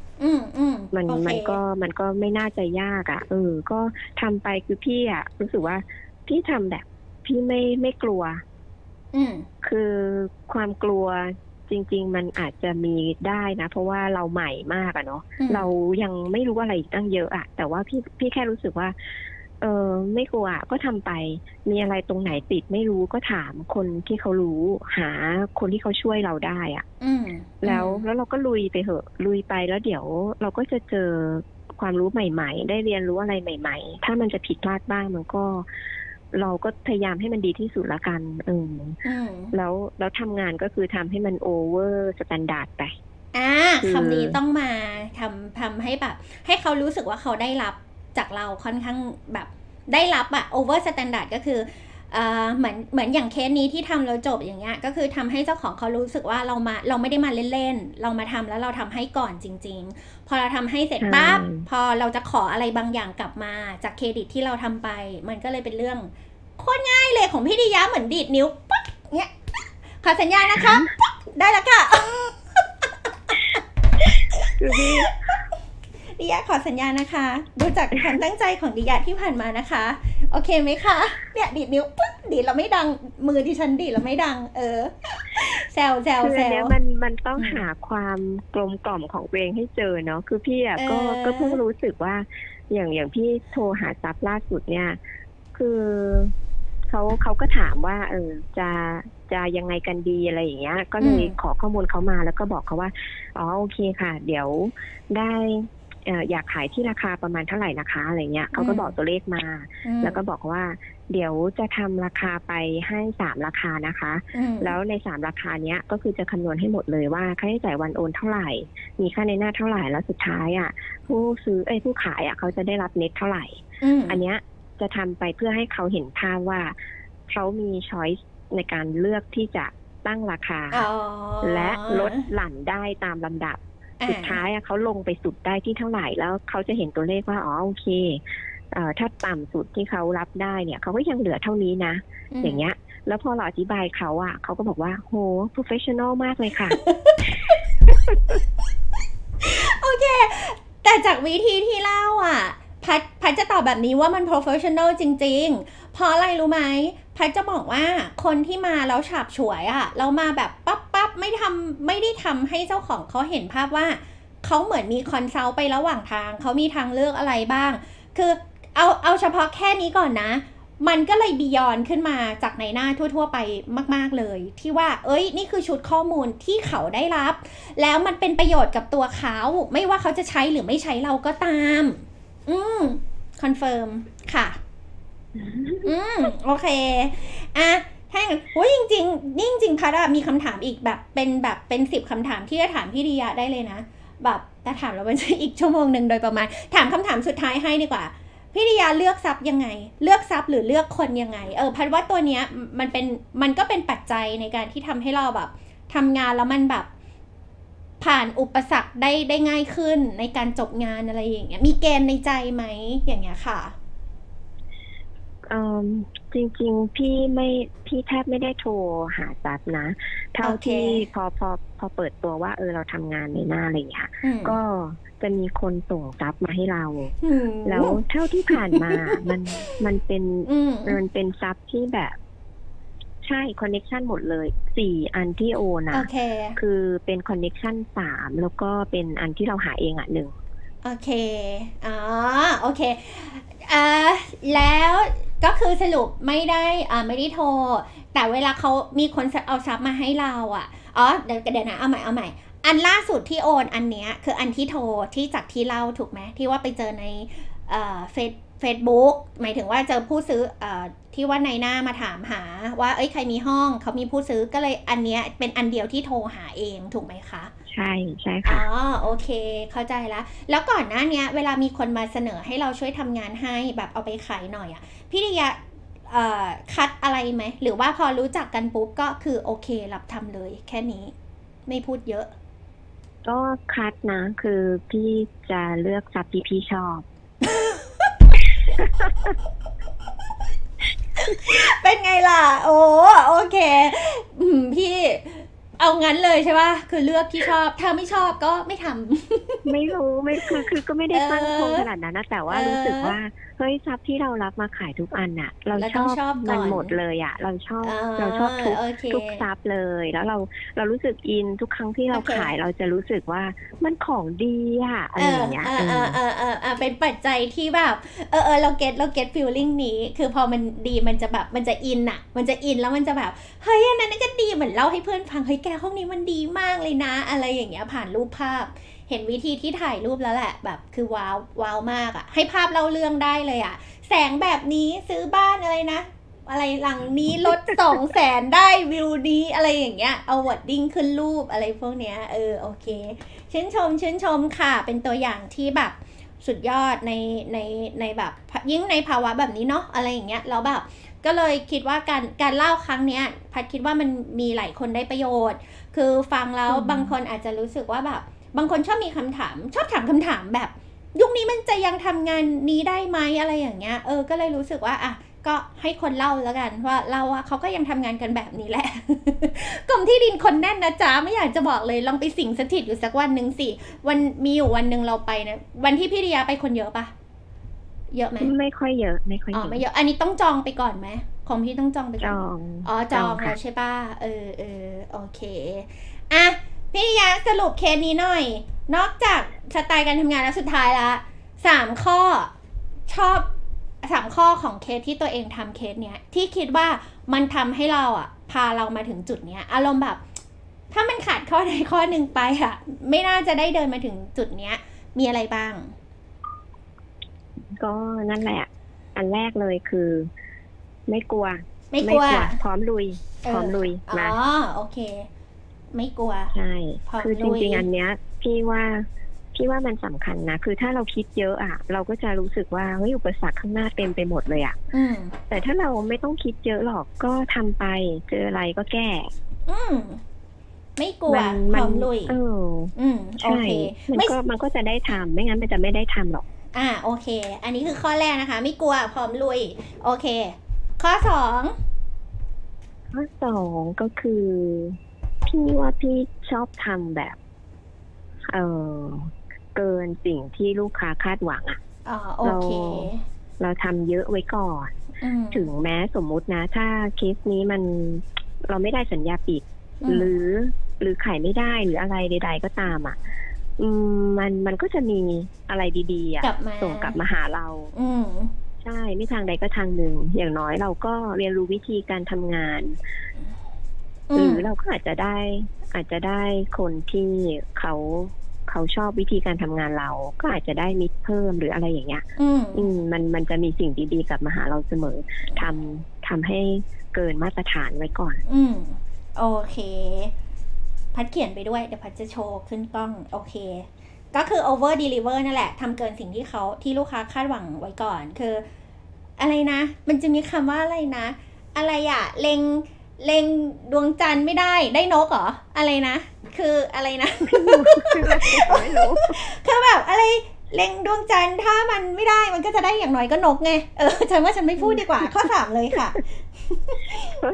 มันก็ไม่น่าจะยากอะก็ทำไปคือพี่อะรู้สึกว่าพี่ทำแบบพี่ไม่กลัวคือความกลัวจริงๆมันอาจจะมีได้นะเพราะว่าเราใหม่มากอะเนาะเรายังไม่รู้อะไรอีกตั้งเยอะอะแต่ว่าพี่แค่รู้สึกว่าไม่กลัวก็ทำไปมีอะไรตรงไหนติดไม่รู้ก็ถามคนที่เขารู้หาคนที่เขาช่วยเราได้อะแล้วเราก็ลุยไปเถอะลุยไปแล้วเดี๋ยวเราก็จะเจอความรู้ใหม่ๆได้เรียนรู้อะไรใหม่ๆถ้ามันจะผิดพลาดบ้างมันก็เราก็พยายามให้มันดีที่สุดละกันแล้วทำงานก็คือทำให้มันโอเวอร์สแตนดาร์ดไปคำนี้ต้องมาทำให้แบบให้เขารู้สึกว่าเขาได้รับจากเราค่อนข้างแบบได้รับอะโอเวอร์สแตนดาร์ดก็คือเหมือนอย่างเคสนี้ที่ทำแล้วจบอย่างเงี้ยก็คือทำให้เจ้าของเขารู้สึกว่าเราไม่ได้มาเล่นๆเรามาทำแล้วเราทำให้ก่อนจริงๆพอเราทำให้เสร็จปั๊บพอเราจะขออะไรบางอย่างกลับมาจากเครดิตที่เราทำไปมันก็เลยเป็นเรื่องโคตรง่ายเลยของพี่ดิยะเหมือนดีดนิ้วปั๊บเงี้ยขอสัญญานะคะได้แล้วค่ะดิยะขอสัญญานะคะดูจากความตั้งใจของดิยะที่ผ่านมานะคะโอเคไหมคะเนี่ยดีดนิ้วปึ๊บดีดเราไม่ดังมือดิฉันดีดเราไม่ดังแซวคือเนี่ยมันต้องหาความกลมกล่อมของตัวเองให้เจอเนาะคือพี่อะก็เพิ่งรู้สึกว่าอย่างพี่โทรหาซับล่าสุดเนี่ยคือเขาก็ถามว่าจะยังไงกันดีอะไรอย่างเงี้ยก็เลยขอข้อมูลเขามาแล้วก็บอกเขาว่าอ๋อโอเคค่ะเดี๋ยวได้อยากขายที่ราคาประมาณเท่าไหร่นะคะอะไรเงี้ยเขาก็บอกตัวเลขมาแล้วก็บอกว่าเดี๋ยวจะทำราคาไปให้3ราคานะคะแล้วใน3ราคาเนี้ยก็คือจะคำนวณให้หมดเลยว่าค่าใช้จ่ายวันโอนเท่าไหร่มีค่าในหน้าเท่าไหร่แล้วสุดท้ายอ่ะผู้ขายอ่ะเขาจะได้รับเน็ตเท่าไหร่อันเนี้ยจะทำไปเพื่อให้เขาเห็นภาพว่าเขามีช้อยส์ในการเลือกที่จะตั้งราคาและลดหลั่นได้ตามลำดับสุดท้ายเขาลงไปสุดได้ที่เท่าไหร่แล้วเขาจะเห็นตัวเลขว่าอ๋อโอเคถ้าต่ำสุดที่เขารับได้เนี่ยเขาก็ยังเหลือเท่านี้นะอย่างเงี้ยแล้วพอเราอธิบายเขาเขาก็บอกว่าโห professional มากเลยค่ะโอเคแต่จากวิธีที่เล่าพัดจะตอบแบบนี้ว่ามัน professional จริงๆเพราะอะไรรู้ไหมพัดจะบอกว่าคนที่มาแล้วฉาบฉวยเรามาแบบปั๊บไม่ได้ทำให้เจ้าของเขาเห็นภาพว่าเขาเหมือนมีคอนซัลท์ไประหว่างทางเขามีทางเลือกอะไรบ้างคือเอาเฉพาะแค่นี้ก่อนนะมันก็เลยบียอนขึ้นมาจากในหน้าทั่วๆไปมากๆเลยที่ว่านี่คือชุดข้อมูลที่เขาได้รับแล้วมันเป็นประโยชน์กับตัวเขาไม่ว่าเขาจะใช้หรือไม่ใช้เราก็ตามคอนเฟิร์มค่ะโอเคถ้าอย่างนั้นจริงพัดมีคำถามอีกเป็น10คำถามที่จะถามพี่ดิยะได้เลยนะแบบแต่ถามแล้วมันจะอีกชั่วโมงนึงโดยประมาณถามคำถามสุดท้ายให้ดีกว่าพี่ดิยะเลือกซับยังไงเลือกซับหรือเลือกคนยังไงพัดว่าตัวเนี้ยมันก็เป็นปัจจัยในการที่ทำให้เราแบบทำงานแล้วมันแบบผ่านอุปสรรคได้ง่ายขึ้นในการจบงานอะไรอย่างเงี้ยมีเกณฑ์ในใจไหมอย่างเงี้ยค่ะจริงๆพี่แทบไม่ได้โทรหาซับนะเท่าที่พอเปิดตัวว่าเราทำงานในหน้าอะไรอย่างเงี้ยก็จะมีคนส่งซับมาให้เราแล้วเท่าที่ผ่านมามันเป็นซับที่แบบใช่คอนเนคชั่นหมดเลย4อันที่โอนคือเป็นคอนเนคชั่น3แล้วก็เป็นอันที่เราหาเอง1 โอเคโอเคแล้วก็คือสรุปไม่ได้โทรแต่เวลาเขามีคนเอาซับมาให้เราเดี๋ยวนะเอาใหม่อันล่าสุดที่โอนอันเนี้ยคืออันที่โทรที่จากที่เล่าถูกไหมที่ว่าไปเจอในFacebook หมายถึงว่าเจอผู้ซื้อที่ว่าในหน้ามาถามหาว่าใครมีห้องเขามีผู้ซื้อก็เลยอันเนี้ยเป็นอันเดียวที่โทรหาเองถูกไหมคะใช่ค่ะโอเคเข้าใจแล้วก่อนหน้านี้เวลามีคนมาเสนอให้เราช่วยทำงานให้แบบเอาไปขายหน่อยพี่ดิยะคัดอะไรไหมหรือว่าพอรู้จักกันปุ๊บก็คือโอเครับทำเลยแค่นี้ไม่พูดเยอะก็คัดนะคือพี่จะเลือกซับที่พี่ชอบเป็นไงล่ะโอเคพี่เอางั้นเลยใช่ป่ะคือเลือกที่ชอบถ้าไม่ชอบก็ไม่ทำไม่รู้ไม่คือก็ไม่ได้ตั้งธงขนาดนั้นนะแต่ว่ารู้สึกว่าเฮ้ยซับที่เรารับมาขายทุกอันน่ะเราชอบมันหมดเลยอ่ะเราชอบทุกซับเลยแล้วเรารู้สึกอินทุกครั้งที่เราขายเราจะรู้สึกว่ามันของดีอ่ะอะไรอย่างเงี้ยเป็นปัจจัยที่แบบเราเก็ตฟีลลิ่งนี้คือพอมันดีมันจะแบบมันจะอินอ่ะมันจะอินแล้วมันจะแบบเฮ้ยอันนั้นก็ดีเหมือนเล่าให้เพื่อนฟังเฮ้ยแกห้องนี้มันดีมากเลยนะอะไรอย่างเงี้ยผ่านรูปภาพเห็นวิธีที่ถ่ายรูปแล้วแหละแบบคือว้าวมากอ่ะให้ภาพเล่าเรื่องได้เลยอ่ะแสงแบบนี้ซื้อบ้านอะไรนะอะไรหลังนี้ลด 200,000 ได้วิวนี้อะไรอย่างเงี้ยเอาวอร์ดดิ้งขึ้นรูปอะไรพวกเนี้ยโอเคชื่นชมค่ะเป็นตัวอย่างที่แบบสุดยอดในแบบยิ่งในภาวะแบบนี้เนาะอะไรอย่างเงี้ยแล้วแบบก็เลยคิดว่าการเล่าครั้งเนี้ยพัดคิดว่ามันมีหลายคนได้ประโยชน์คือฟังแล้วบางคนอาจจะรู้สึกว่าแบบบางคนชอบมีคำถามชอบถามคำถามแบบยุคนี้มันจะยังทำงานนี้ได้ไหมอะไรอย่างเงี้ยก็เลยรู้สึกว่าอ่ะก็ให้คนเล่าแล้วกันว่าเราอะเขาก็ยังทำงานกันแบบนี้แหละ กรมที่ดินคนแน่นนะจ๊ะไม่อยากจะบอกเลยลองไปสิงสถิตอยู่สักวันนึงสิมีอยู่วันนึงเราไปนะวันที่พี่ริยาไปคนเยอะปะเยอะไหมไม่ค่อยเยอะไม่ค่อยเยอะไม่เยอะอันนี้ต้องจองไปก่อนไหมของพี่ต้องจองไปก่อนจองแล้วใช่ป่ะโอเคอ่ะพี่ริยาสรุปเคสนี้หน่อยนอกจากสไตล์การทำงานแล้วสุดท้ายละ3 ข้อชอบ3 ข้อของเคสที่ตัวเองทำเคสเนี้ยที่คิดว่ามันทำให้เราอ่ะพาเรามาถึงจุดเนี้ยอารมณ์แบบถ้ามันขาดข้อใดข้อหนึ่งไปอ่ะไม่น่าจะได้เดินมาถึงจุดเนี้ยมีอะไรบ้างก็นั่นแหละอันแรกเลยคือไม่กลัวพร้อมลุยมาโอเคไม่กลัวใช่คือจริงๆอันเนี้ยพี่ว่ามันสำคัญนะคือถ้าเราคิดเยอะอ่ะเราก็จะรู้สึกว่าเฮ้ยอุปสรรคข้างหน้าเต็มไปหมดเลยอ่ะแต่ถ้าเราไม่ต้องคิดเยอะหรอกก็ทำไปเจออะไรก็แก้ไม่กลัวพร้อมลุยใช่มันก็จะได้ทำไม่งั้นมันจะไม่ได้ทำหรอกโอเคอันนี้คือข้อแรกนะคะไม่กลัวพร้อมลุยโอเคข้อ 2ก็คือพี่ว่าพี่ชอบทำแบบเกินสิ่งที่ลูกค้าคาดหวังโอเคเราทำเยอะไว้ก่อนถึงแม้สมมุตินะถ้าเคสนี้มันเราไม่ได้สัญญาปิดหรือขายไม่ได้หรืออะไรใดๆก็ตามมันก็จะมีอะไรดีๆส่งกลับมาหาเราใช่ไม่ทางใดก็ทางหนึ่งอย่างน้อยเราก็เรียนรู้วิธีการทำงานหรือเราก็อาจจะได้คนที่เขาชอบวิธีการทำงานเราก็อาจจะได้มิตรเพิ่มหรืออะไรอย่างเงี้ยมันจะมีสิ่งดีๆกลับมาหาเราเสมอทำให้เกินมาตรฐานไว้ก่อนโอเคพัดเขียนไปด้วยเดี๋ยวพัดจะโชว์ขึ้นกล้องโอเคก็คือ over deliver นั่นแหละทำเกินสิ่งที่ลูกค้าคาดหวังไว้ก่อนคืออะไรนะมันจะมีคำว่าอะไรนะอะไรอะเล็งดวงจันทร์ไม่ได้นกเหรออะไรนะคืออะไรนะไม่รู้คือแบบอะไรเล็งดวงจันทร์ถ้ามันไม่ได้มันก็จะได้อย่างน้อยก็นกไงฉันว่าฉันไม่พูดดีกว่าข้อ 3เลยค่ะข้อ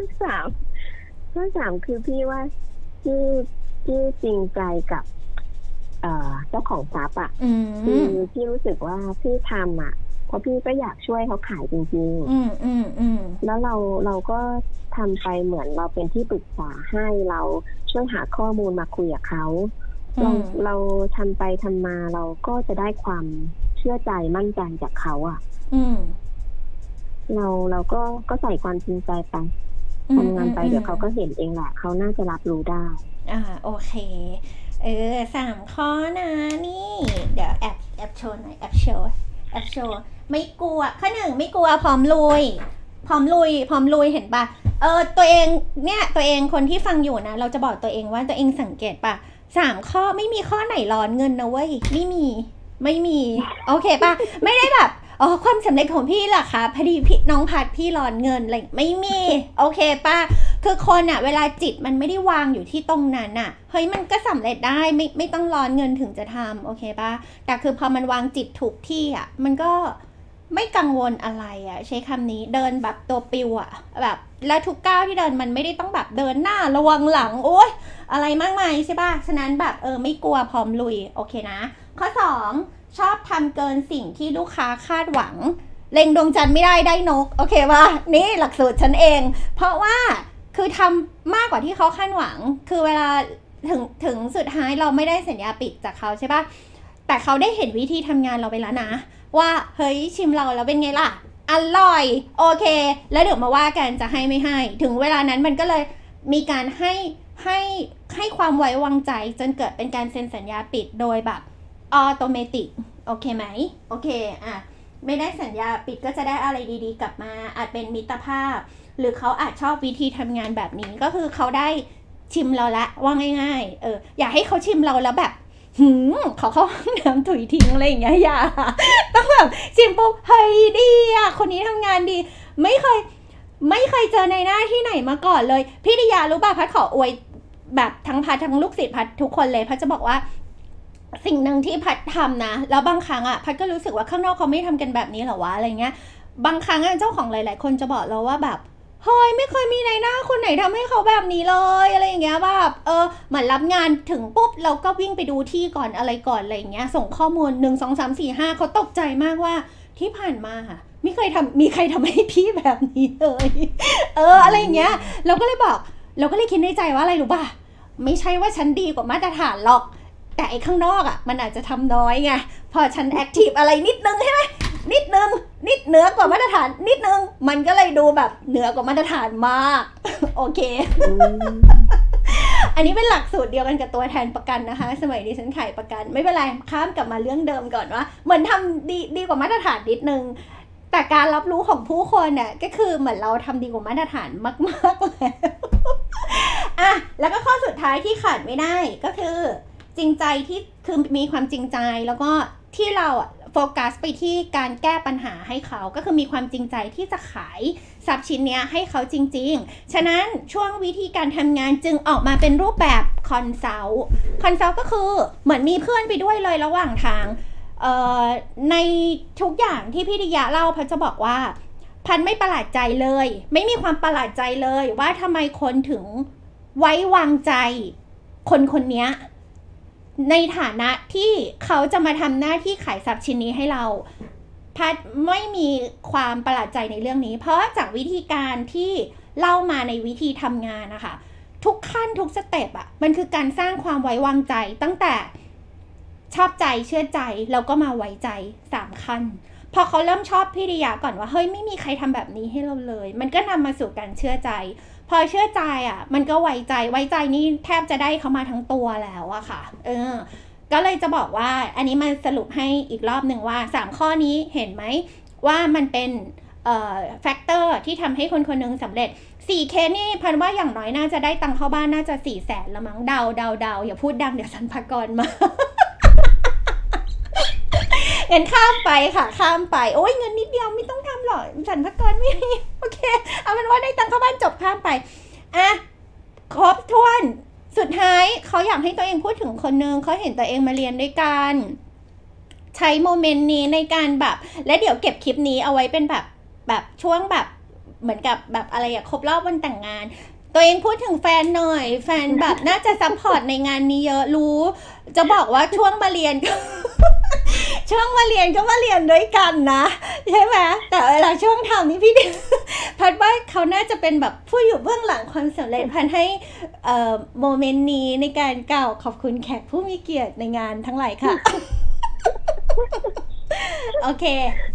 3คือพี่ว่าที่จริงใจกับเจ้าของทรัพย์คือพี่รู้สึกว่าพี่ทำเพราะพี่ก็อยากช่วยเขาขายจริงๆแล้วเราก็ทำไปเหมือนเราเป็นที่ปรึกษาให้เราช่วยหาข้อมูลมาคุยกับเขาเราทำไปทำมาเราก็จะได้ความเชื่อใจมั่นใจจากเขาเราก็ใส่ความจริงใจไปทำงานไปเดี๋ยวเขาก็เห็นเองแหละเขาน่าจะรับรู้ได้โอเค3 ข้อนะนี่เดี๋ยวแอบโชว์หน่อยแอบโชว์ไม่กลัวข้อ 1ไม่กลัวพร้อมลุยเห็นปะตัวเองคนที่ฟังอยู่นะเราจะบอกตัวเองว่าตัวเองสังเกตปะ3 ข้อไม่มีข้อไหนร้อนเงินนะเว้ยไม่มีโอเคปะไม่ได้แบบความสำเร็จของพี่ล่ะคะพอดีพี่น้องพัดพี่ร้อนเงินอะไรไม่มีโอเคป่ะคือคนอ่ะเวลาจิตมันไม่ได้วางอยู่ที่ตรงนั้นอ่ะเฮ้ยมันก็สำเร็จได้ไม่ต้องร้อนเงินถึงจะทำโอเคป่ะแต่คือพอมันวางจิตถูกที่อ่ะมันไม่กังวลอะไรอ่ะใช้คำนี้เดินแบบตัวปิวอ่ะแบบแล้วทุกก้าวที่เดินมันไม่ได้ต้องแบบเดินหน้าระวังหลังโอ๊ยอะไรมากมายใช่ป่ะฉะนั้นแบบไม่กลัวพร้อมลุยโอเคนะข้อ2ชอบทำเกินสิ่งที่ลูกค้าคาดหวังเล็งดวงจันทร์ไม่ได้นกโอเคป่ะนี่หลักสูตรฉันเองเพราะว่าคือทำมากกว่าที่เขาคาดหวังคือเวลาถึงสุดท้ายเราไม่ได้สัญญาปิดจากเขาใช่ป่ะแต่เขาได้เห็นวิธีทำงานเราไปแล้วนะว่าเฮ้ยชิมเราแล้วเป็นไงล่ะอร่อยโอเคแล้วเดี๋ยวมาว่ากันจะให้ไม่ให้ถึงเวลานั้นมันก็เลยมีการให้ความไว้วางใจจนเกิดเป็นการเซ็นสัญญาปิดโดยแบบออโตเมติกโอเคไหมโอเคไม่ได้สัญญาปิดก็จะได้อะไรดีๆกลับมาอาจเป็นมิตรภาพหรือเขาอาจชอบวิธีทำงานแบบนี้ก็คือเขาได้ชิมเราละว่าง่ายๆอยากให้เขาชิมเราแล้วแบบเขาเข้าห้องน้ำถุยทิ้งอะไรอย่างเงี้ยอย่าต้องแบบชิมปุ๊บเฮ้ยดีอ่ะคนนี้ทำงานดีไม่เคยเจอในหน้าที่ไหนมาก่อนเลยพี่ดิยารู้ป่ะพัดขออวยแบบทั้งพัดทั้งลูกศิษย์พัดทุกคนเลยพัดจะบอกว่าสิ่งหนึ่งที่พัดทำนะแล้วบางครั้งพัดก็รู้สึกว่าข้างนอกเขาไม่ทำกันแบบนี้หรอวะอะไรเงี้ยบางครั้งเจ้าของหลายๆคนจะบอกเราว่าแบบเฮ้ยไม่เคยมีในหน้าคนไหนทำให้เขาแบบนี้เลยอะไรอย่างเงี้ยแบบเหมือนรับงานถึงปุ๊บเราก็วิ่งไปดูที่ก่อนอะไรก่อนอะไรอย่างเงี้ยส่งข้อมูล1 2 3 4 5เขาตกใจมากว่าที่ผ่านมาไม่เคยมีใครทำให้พี่แบบนี้เลยอะไรอย่างเงี้ยเราก็เลยคิดในใจว่าอะไรรู้ป่ะไม่ใช่ว่าฉันดีกว่ามาตรฐานหรอกแต่ไอ้ข้างนอกมันอาจจะทำน้อยไงพอฉันแอคทีฟอะไรนิดนึงใช่ไหมนิดเหนือกว่ามาตรฐานนิดนึงมันก็เลยดูแบบเหนือกว่ามาตรฐานมากโอเค อันนี้เป็นหลักสูตรเดียวกันกับตัวแทนประกันนะคะสมัยนี้ฉันขายประกันไม่เป็นไรข้ามกลับมาเรื่องเดิมก่อนว่าเหมือนทำดีกว่ามาตรฐานนิดนึงแต่การรับรู้ของผู้คนเนี่ยก็คือเหมือนเราทำดีกว่ามาตรฐานมากๆแล้วแล้วก็ข้อสุดท้ายที่ขาดไม่ได้ก็คือจริงใจที่คือมีความจริงใจแล้วก็ที่เราโฟกัสไปที่การแก้ปัญหาให้เขาก็คือมีความจริงใจที่จะขายทรัพย์ชิ้นนี้ให้เขาจริงๆฉะนั้นช่วงวิธีการทำงานจึงออกมาเป็นรูปแบบคอนซัลท์ก็คือเหมือนมีเพื่อนไปด้วยเลยระหว่างทางในทุกอย่างที่พี่ดิยาเล่าพันจะบอกว่าพันไม่ประหลาดใจเลยไม่มีความประหลาดใจเลยว่าทำไมคนถึงไว้วางใจคนนี้ในฐานะที่เขาจะมาทำหน้าที่ขายทรัพย์ชิ้นนี้ให้เราพัดไม่มีความประหลาดใจในเรื่องนี้เพราะจากวิธีการที่เล่ามาในวิธีทำงานนะคะทุกขั้นทุกสเต็ปมันคือการสร้างความไว้วางใจตั้งแต่ชอบใจเชื่อใจแล้วก็มาไว้ใจ3ขั้นพอเขาเริ่มชอบพี่ดิยาก่อนว่าเฮ้ยไม่มีใครทำแบบนี้ให้เราเลยมันก็นำมาสู่การเชื่อใจพอเชื่อใจมันก็ไว้ใจนี่แทบจะได้เขามาทั้งตัวแล้วอะค่ะก็เลยจะบอกว่าอันนี้มันสรุปให้อีกรอบหนึ่งว่า3ข้อนี้เห็นไหมว่ามันเป็นแฟกเตอร์ที่ทำให้คนคนนึงสำเร็จ4เคสนี่พันว่าอย่างน้อยน่าจะได้ตังค์เข้าบ้านน่าจะ400,000ละมั้งเดาอย่าพูดดังเดี๋ยวสรรพากรมาเงินข้ามไปค่ะข้ามไปโอ้ยเงินนิดเดียวไม่ต้องทำหรอกสรรพากรไม่มีโอเคเอาเป็นว่าได้ตังค์เข้าบ้านจบข้ามไปครบถ้วนสุดท้ายเขาอยากให้ตัวเองพูดถึงคนนึงเขาเห็นตัวเองมาเรียนด้วยกันใช้โมเมนต์นี้ในการแบบและเดี๋ยวเก็บคลิปนี้เอาไว้เป็นแบบช่วงแบบเหมือนกับแบบอะไรครบรอบวันแต่งงานตัวเองพูดถึงแฟนหน่อยแฟนแบบน่าจะซัพพอร์ตในงานนี้เยอะรู้จะบอกว่าช่วงมาเรียนช่วงมาเรียนก็มาเรียนด้วยกันนะใช่ไหมแต่เวลาช่วงทำนี่พี่ดิพัดว่าเขาน่าจะเป็นแบบผู้อยู่เบื้องหลังความสำเร็จพันให้โมเมนต์นี้ในการกล่าวขอบคุณแขกผู้มีเกียรติในงานทั้งหลายค่ะ โอเค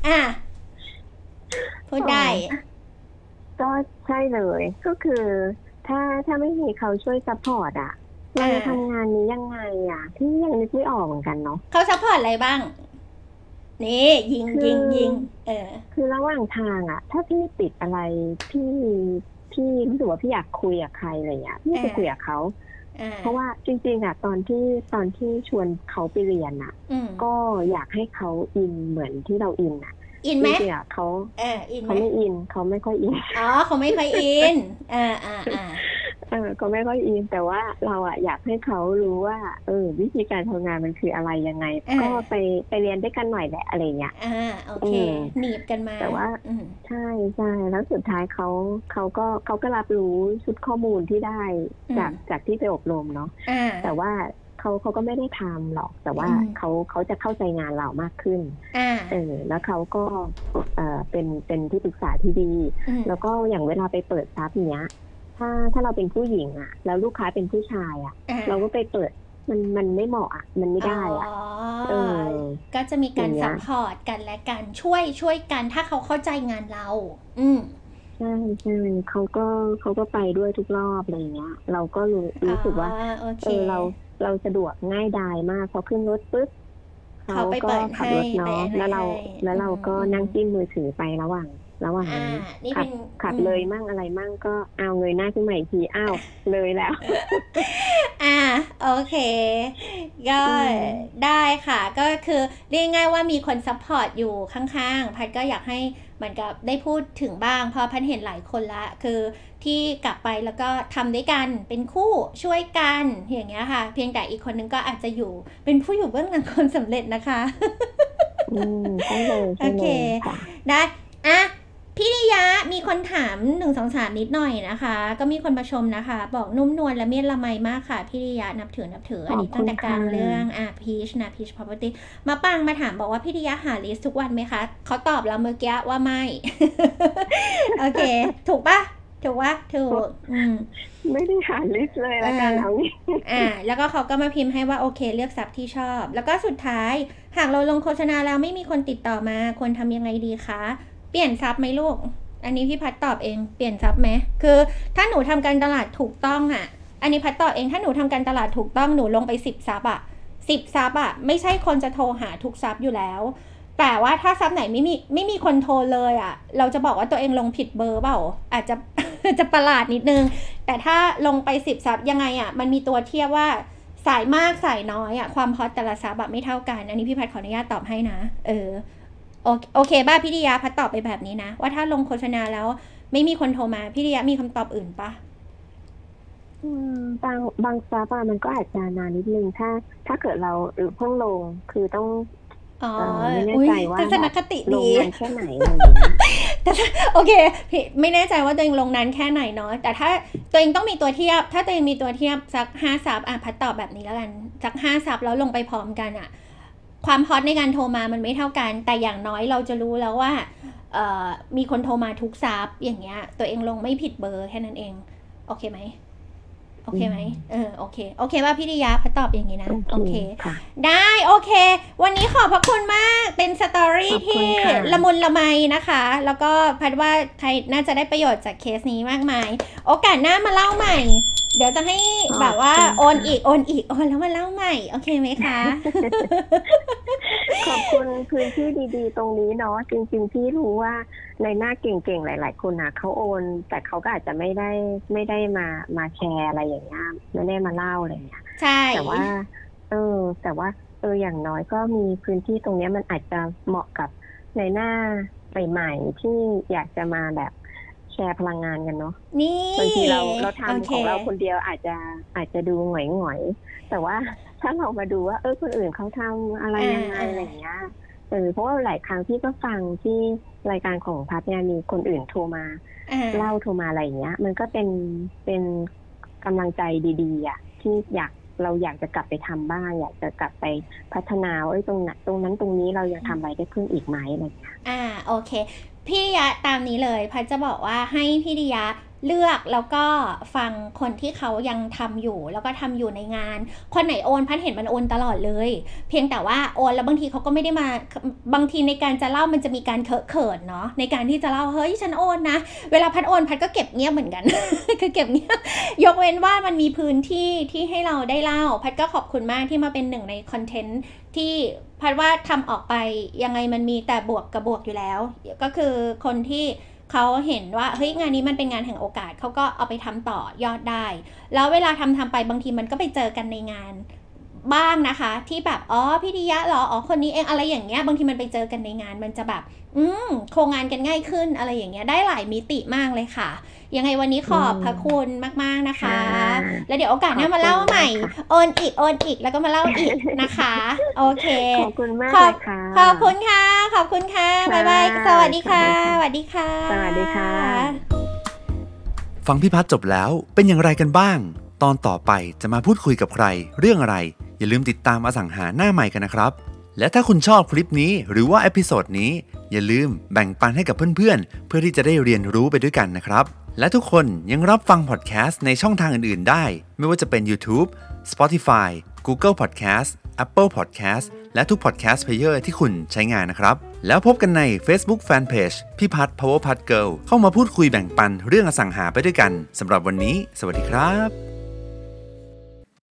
พูดได้ก็ใช่เลยก็คือถ้าไม่มีเขาช่วยซัพพอร์ตเราจะทำงานนี้ยังไงที่ยังนึกไม่ออกเหมือนกันเนาะเขาซัพพอร์ตอะไรบ้างนี่ยิงคือระหว่างทางถ้าพี่ติดอะไรพี่รู้สึกว่าพี่อยากคุยกับใครอะไรอย่างเงี้ยพี่จะคุยกับเขาเพราะว่าจริงๆตอนที่ชวนเขาไปเรียนก็อยากให้เขาอินเหมือนที่เราอินอินไหมจริงๆเขาไม่อินเขาไม่ค่อยอินเขาไม่ค่อยอินก็ไม่ค่อยอินแต่ว่าเราอะอยากให้เขารู้ว่าวิธีการทำงานมันคืออะไรยังไงก็ไปเรียนด้วยกันหน่อยแหละอะไรเงี้ยโอเคหนีบกันมาแต่ว่าใช่ใช่แล้วสุดท้ายเขาก็รับรู้ชุดข้อมูลที่ได้จากที่ไปอบรมเนาะแต่ว่าเขาก็ไม่ได้ทำหรอกแต่ว่าเขาจะเข้าใจงานเรามากขึ้นแล้วเขาก็เป็นที่ปรึกษาที่ดีแล้วก็อย่างเวลาไปเปิดซับเนี้ยถ้าเราเป็นผู้หญิงอ่ะแล้วลูกค้าเป็นผู้ชายอ่ะเราก็ไปเปิดมันไม่เหมาะอ่ะมันไม่ได้อ่ะก็จะมีการซัพพอร์ตกันและกันช่วยกันถ้าเขาเข้าใจงานเราใช่ใช่เขาก็ไปด้วยทุกรอบอะไรเงี้ยเราก็รู้สึกว่าเราสะดวกง่ายดายมากพอขึ้นรถปุ๊บเขาก็ขับรถเนาะแล้วเราก็นั่งจิ้มมือถือไประหว่างนี้ขับเลยมั่งอะไรมั่งก็เอาเงยหน้าขึ้นมาอีกทีอ้าวเลยแล้วโอเคก็ได้ค่ะก็คือเรียกง่ายว่ามีคนซัพพอร์ตอยู่ข้างๆพัดก็อยากให้เหมือนกับได้พูดถึงบ้างเพราะพัดเห็นหลายคนละคือที่กลับไปแล้วก็ทำด้วยกันเป็นคู่ช่วยกันอย่างเงี้ยค่ะเพียงแต่อีกคนนึงก็อาจจะอยู่เป็นผู้อยู่เบื้องหลังความสำเร็จนะคะโอเคได้พี่นิยะมีคนถาม1-2-3นิดหน่อยนะคะก็มีคนมาชมนะคะบอกนุ่มนวลและเมียละไมมากค่ะพี่นิยะนับถืออันนี้ตั้งแต่กลางเรื่องพีชนะพีช property มาปังมาถามบอกว่าพี่นิยะหาลิสต์ทุกวันไหมคะเขาตอบเราเมื่อกี้ว่าไม่ โอเคถูกถูกไม่ได้หาลิสต์เลยละกันเอาแล้วก็เขาก็มาพิมพ์ให้ว่าโอเคเลือกซับที่ชอบแล้วก็สุดท้ายหากเราลงโฆษณาแล้วไม่มีคนติดต่อมาควรทำยังไงดีคะเปลี่ยนซับไหมลูกอันนี้พี่พัดตอบเองเปลี่ยนซับไหมคือถ้าหนูทำการตลาดถูกต้องอันนี้พัดตอบเองถ้าหนูทำการตลาดถูกต้องหนูลงไป10ซับ10ซับไม่ใช่คนจะโทรหาทุกซับอยู่แล้วแต่ว่าถ้าซับไหนไม่มีคนโทรเลยเราจะบอกว่าตัวเองลงผิดเบอร์เปล่าอาจจะประหลาดนิดนึงแต่ถ้าลงไป10ซับยังไงมันมีตัวเทียบว่าสายมากสายน้อยความฮอตแต่ละซับไม่เท่ากันอันนี้พี่พัดขออนุญาตตอบให้นะโอเคบ้าพี่ดิยาพัดตอบไปแบบนี้นะว่าถ้าลงโฆษณาแล้วไม่มีคนโทรมาพี่ดิยามีคำตอบอื่นปะบางซับมันก็อาจจะนานนิดนึงถ้าเกิดเราเพิ่งลงคือต้องไม่แน่ใจว่าทัศนคติดีลงนานแค่ไหนแต่โอเคพี่ไม่แน่ใจว่าตัวเองลงนานแค่ไหนเนาะแต่ถ้าตัวเองต้องมีตัวเทียบถ้าตัวเองมีตัวเทียบสัก5ซับพัดตอบแบบนี้แล้วกันสัก5ซับแล้วลงไปพร้อมกันความฮอตในการโทรมามันไม่เท่ากันแต่อย่างน้อยเราจะรู้แล้วว่ามีคนโทรมาทุกซับอย่างเงี้ยตัวเองลงไม่ผิดเบอร์แค่นั้นเองโอเคไหมโอเคไหมโอเคว่าพี่ดิยาพัดตอบอย่างนี้นะโอเคได้โอเควันนี้ขอบพระคุณมากเป็นสตอรี่ที่ละมุนละไมนะคะแล้วก็พัดว่าใครน่าจะได้ประโยชน์จากเคสนี้มากมายโอกาสหน้ามาเล่าใหม่เดี๋ยวจะให้แบบว่าโอนแล้วมาเล่าใหม่โอเคไหมคะขอบคุณพื้นที่ดีๆตรงนี้เนาะจริงๆพี่รู้ว่าในหน้าเก่งๆหลายๆคนเขาโอนแต่เขาก็อาจจะไม่ได้มาแชร์อะไรอย่างเงี้ยไม่ได้มาเล่าอะไรอย่างเงี้ยใช่แต่ว่าอย่างน้อยก็มีพื้นที่ตรงนี้มันอาจจะเหมาะกับในหน้าใหม่ๆที่อยากจะมาแบบแชร์พลังงานกันเนาะบางทีเราทำของเราคนเดียวอาจจะดูหงอยๆแต่ว่าถ้าเรามาดูว่าคนอื่นเขาทำอะไรยังไงอะไรอย่างเงี้ยเพราะว่าหลายครั้งที่ก็ฟังที่รายการของพัดเนี่ยมีคนอื่นโทรมาเล่าโทรมาอะไรอย่างเงี้ยมันก็เป็นกำลังใจดีๆที่เราอยากจะกลับไปทำบ้างอยากจะกลับไปพัฒนาตรงนั้นตรงนี้เรายังทำอะไรได้เพิ่มอีกไหมอะไรอย่างเงี้ยโอเคพี่ดิยะตามนี้เลยพัดจะบอกว่าให้พี่ดิยะเลือกแล้วก็ฟังคนที่เขายังทำอยู่แล้วก็ทำอยู่ในงานคนไหนโอนพัดเห็นมันโอนตลอดเลยเพียงแต่ว่าโอนแล้วบางทีเขาก็ไม่ได้มาบางทีในการจะเล่ามันจะมีการเขินเนาะในการที่จะเล่าเฮ้ยฉันโอนนะเวลาพัดโอนพัดก็เก็บเงียบเหมือนกัน คือเก็บเงียบยกเว้นว่ามันมีพื้นที่ที่ให้เราได้เล่าพัดก็ขอบคุณมากที่มาเป็นหนึ่งในคอนเทนต์ที่พัดว่าทำออกไปยังไงมันมีแต่บวกกับบวกอยู่แล้วก็คือคนที่เขาเห็นว่าเฮ้ยงานนี้มันเป็นงานแห่งโอกาสเขาก็เอาไปทำต่อยอดได้แล้วเวลาทำไปบางทีมันก็ไปเจอกันในงานบ้างนะคะที่แบบพี่ดิยะเหรอคนนี้เองอะไรอย่างเงี้ยบางทีมันไปเจอกันในงานมันจะแบบโครงงานกันง่ายขึ้นอะไรอย่างเงี้ยได้หลายมิติมากเลยค่ะยังไงวันนี้ขอบพระคุณมากๆนะคะแล้วเดี๋ยวโอกาสหน้ามาเล่าใหม่โอนอีกแล้วก็มาเล่าอีกนะคะโอเคขอบคุณมากเลยค่ะขอบคุณค่ะบ๊ายบายสวัสดีค่ะสวัสดีค่ะฟังพี่พัฒน์จบแล้วเป็นอย่างไรกันบ้างตอนต่อไปจะมาพูดคุยกับใครเรื่องอะไรอย่าลืมติดตามอสังหาหน้าใหม่กันนะครับและถ้าคุณชอบคลิปนี้หรือว่าเอพิโซดนี้อย่าลืมแบ่งปันให้กับเพื่อนๆเพื่อที่จะได้เรียนรู้ไปด้วยกันนะครับและทุกคนยังรับฟังพอดแคสต์ในช่องทางอื่นๆได้ไม่ว่าจะเป็น YouTube, Spotify, Google Podcast, Apple Podcast และทุก Podcast Player ที่คุณใช้งานนะครับแล้วพบกันใน Facebook Fanpage พี่พัฒน์ Power Pad Girl เข้ามาพูดคุยแบ่งปันเรื่องอสังหาไปด้วยกันสำหรับวันนี้สวัสดีครับ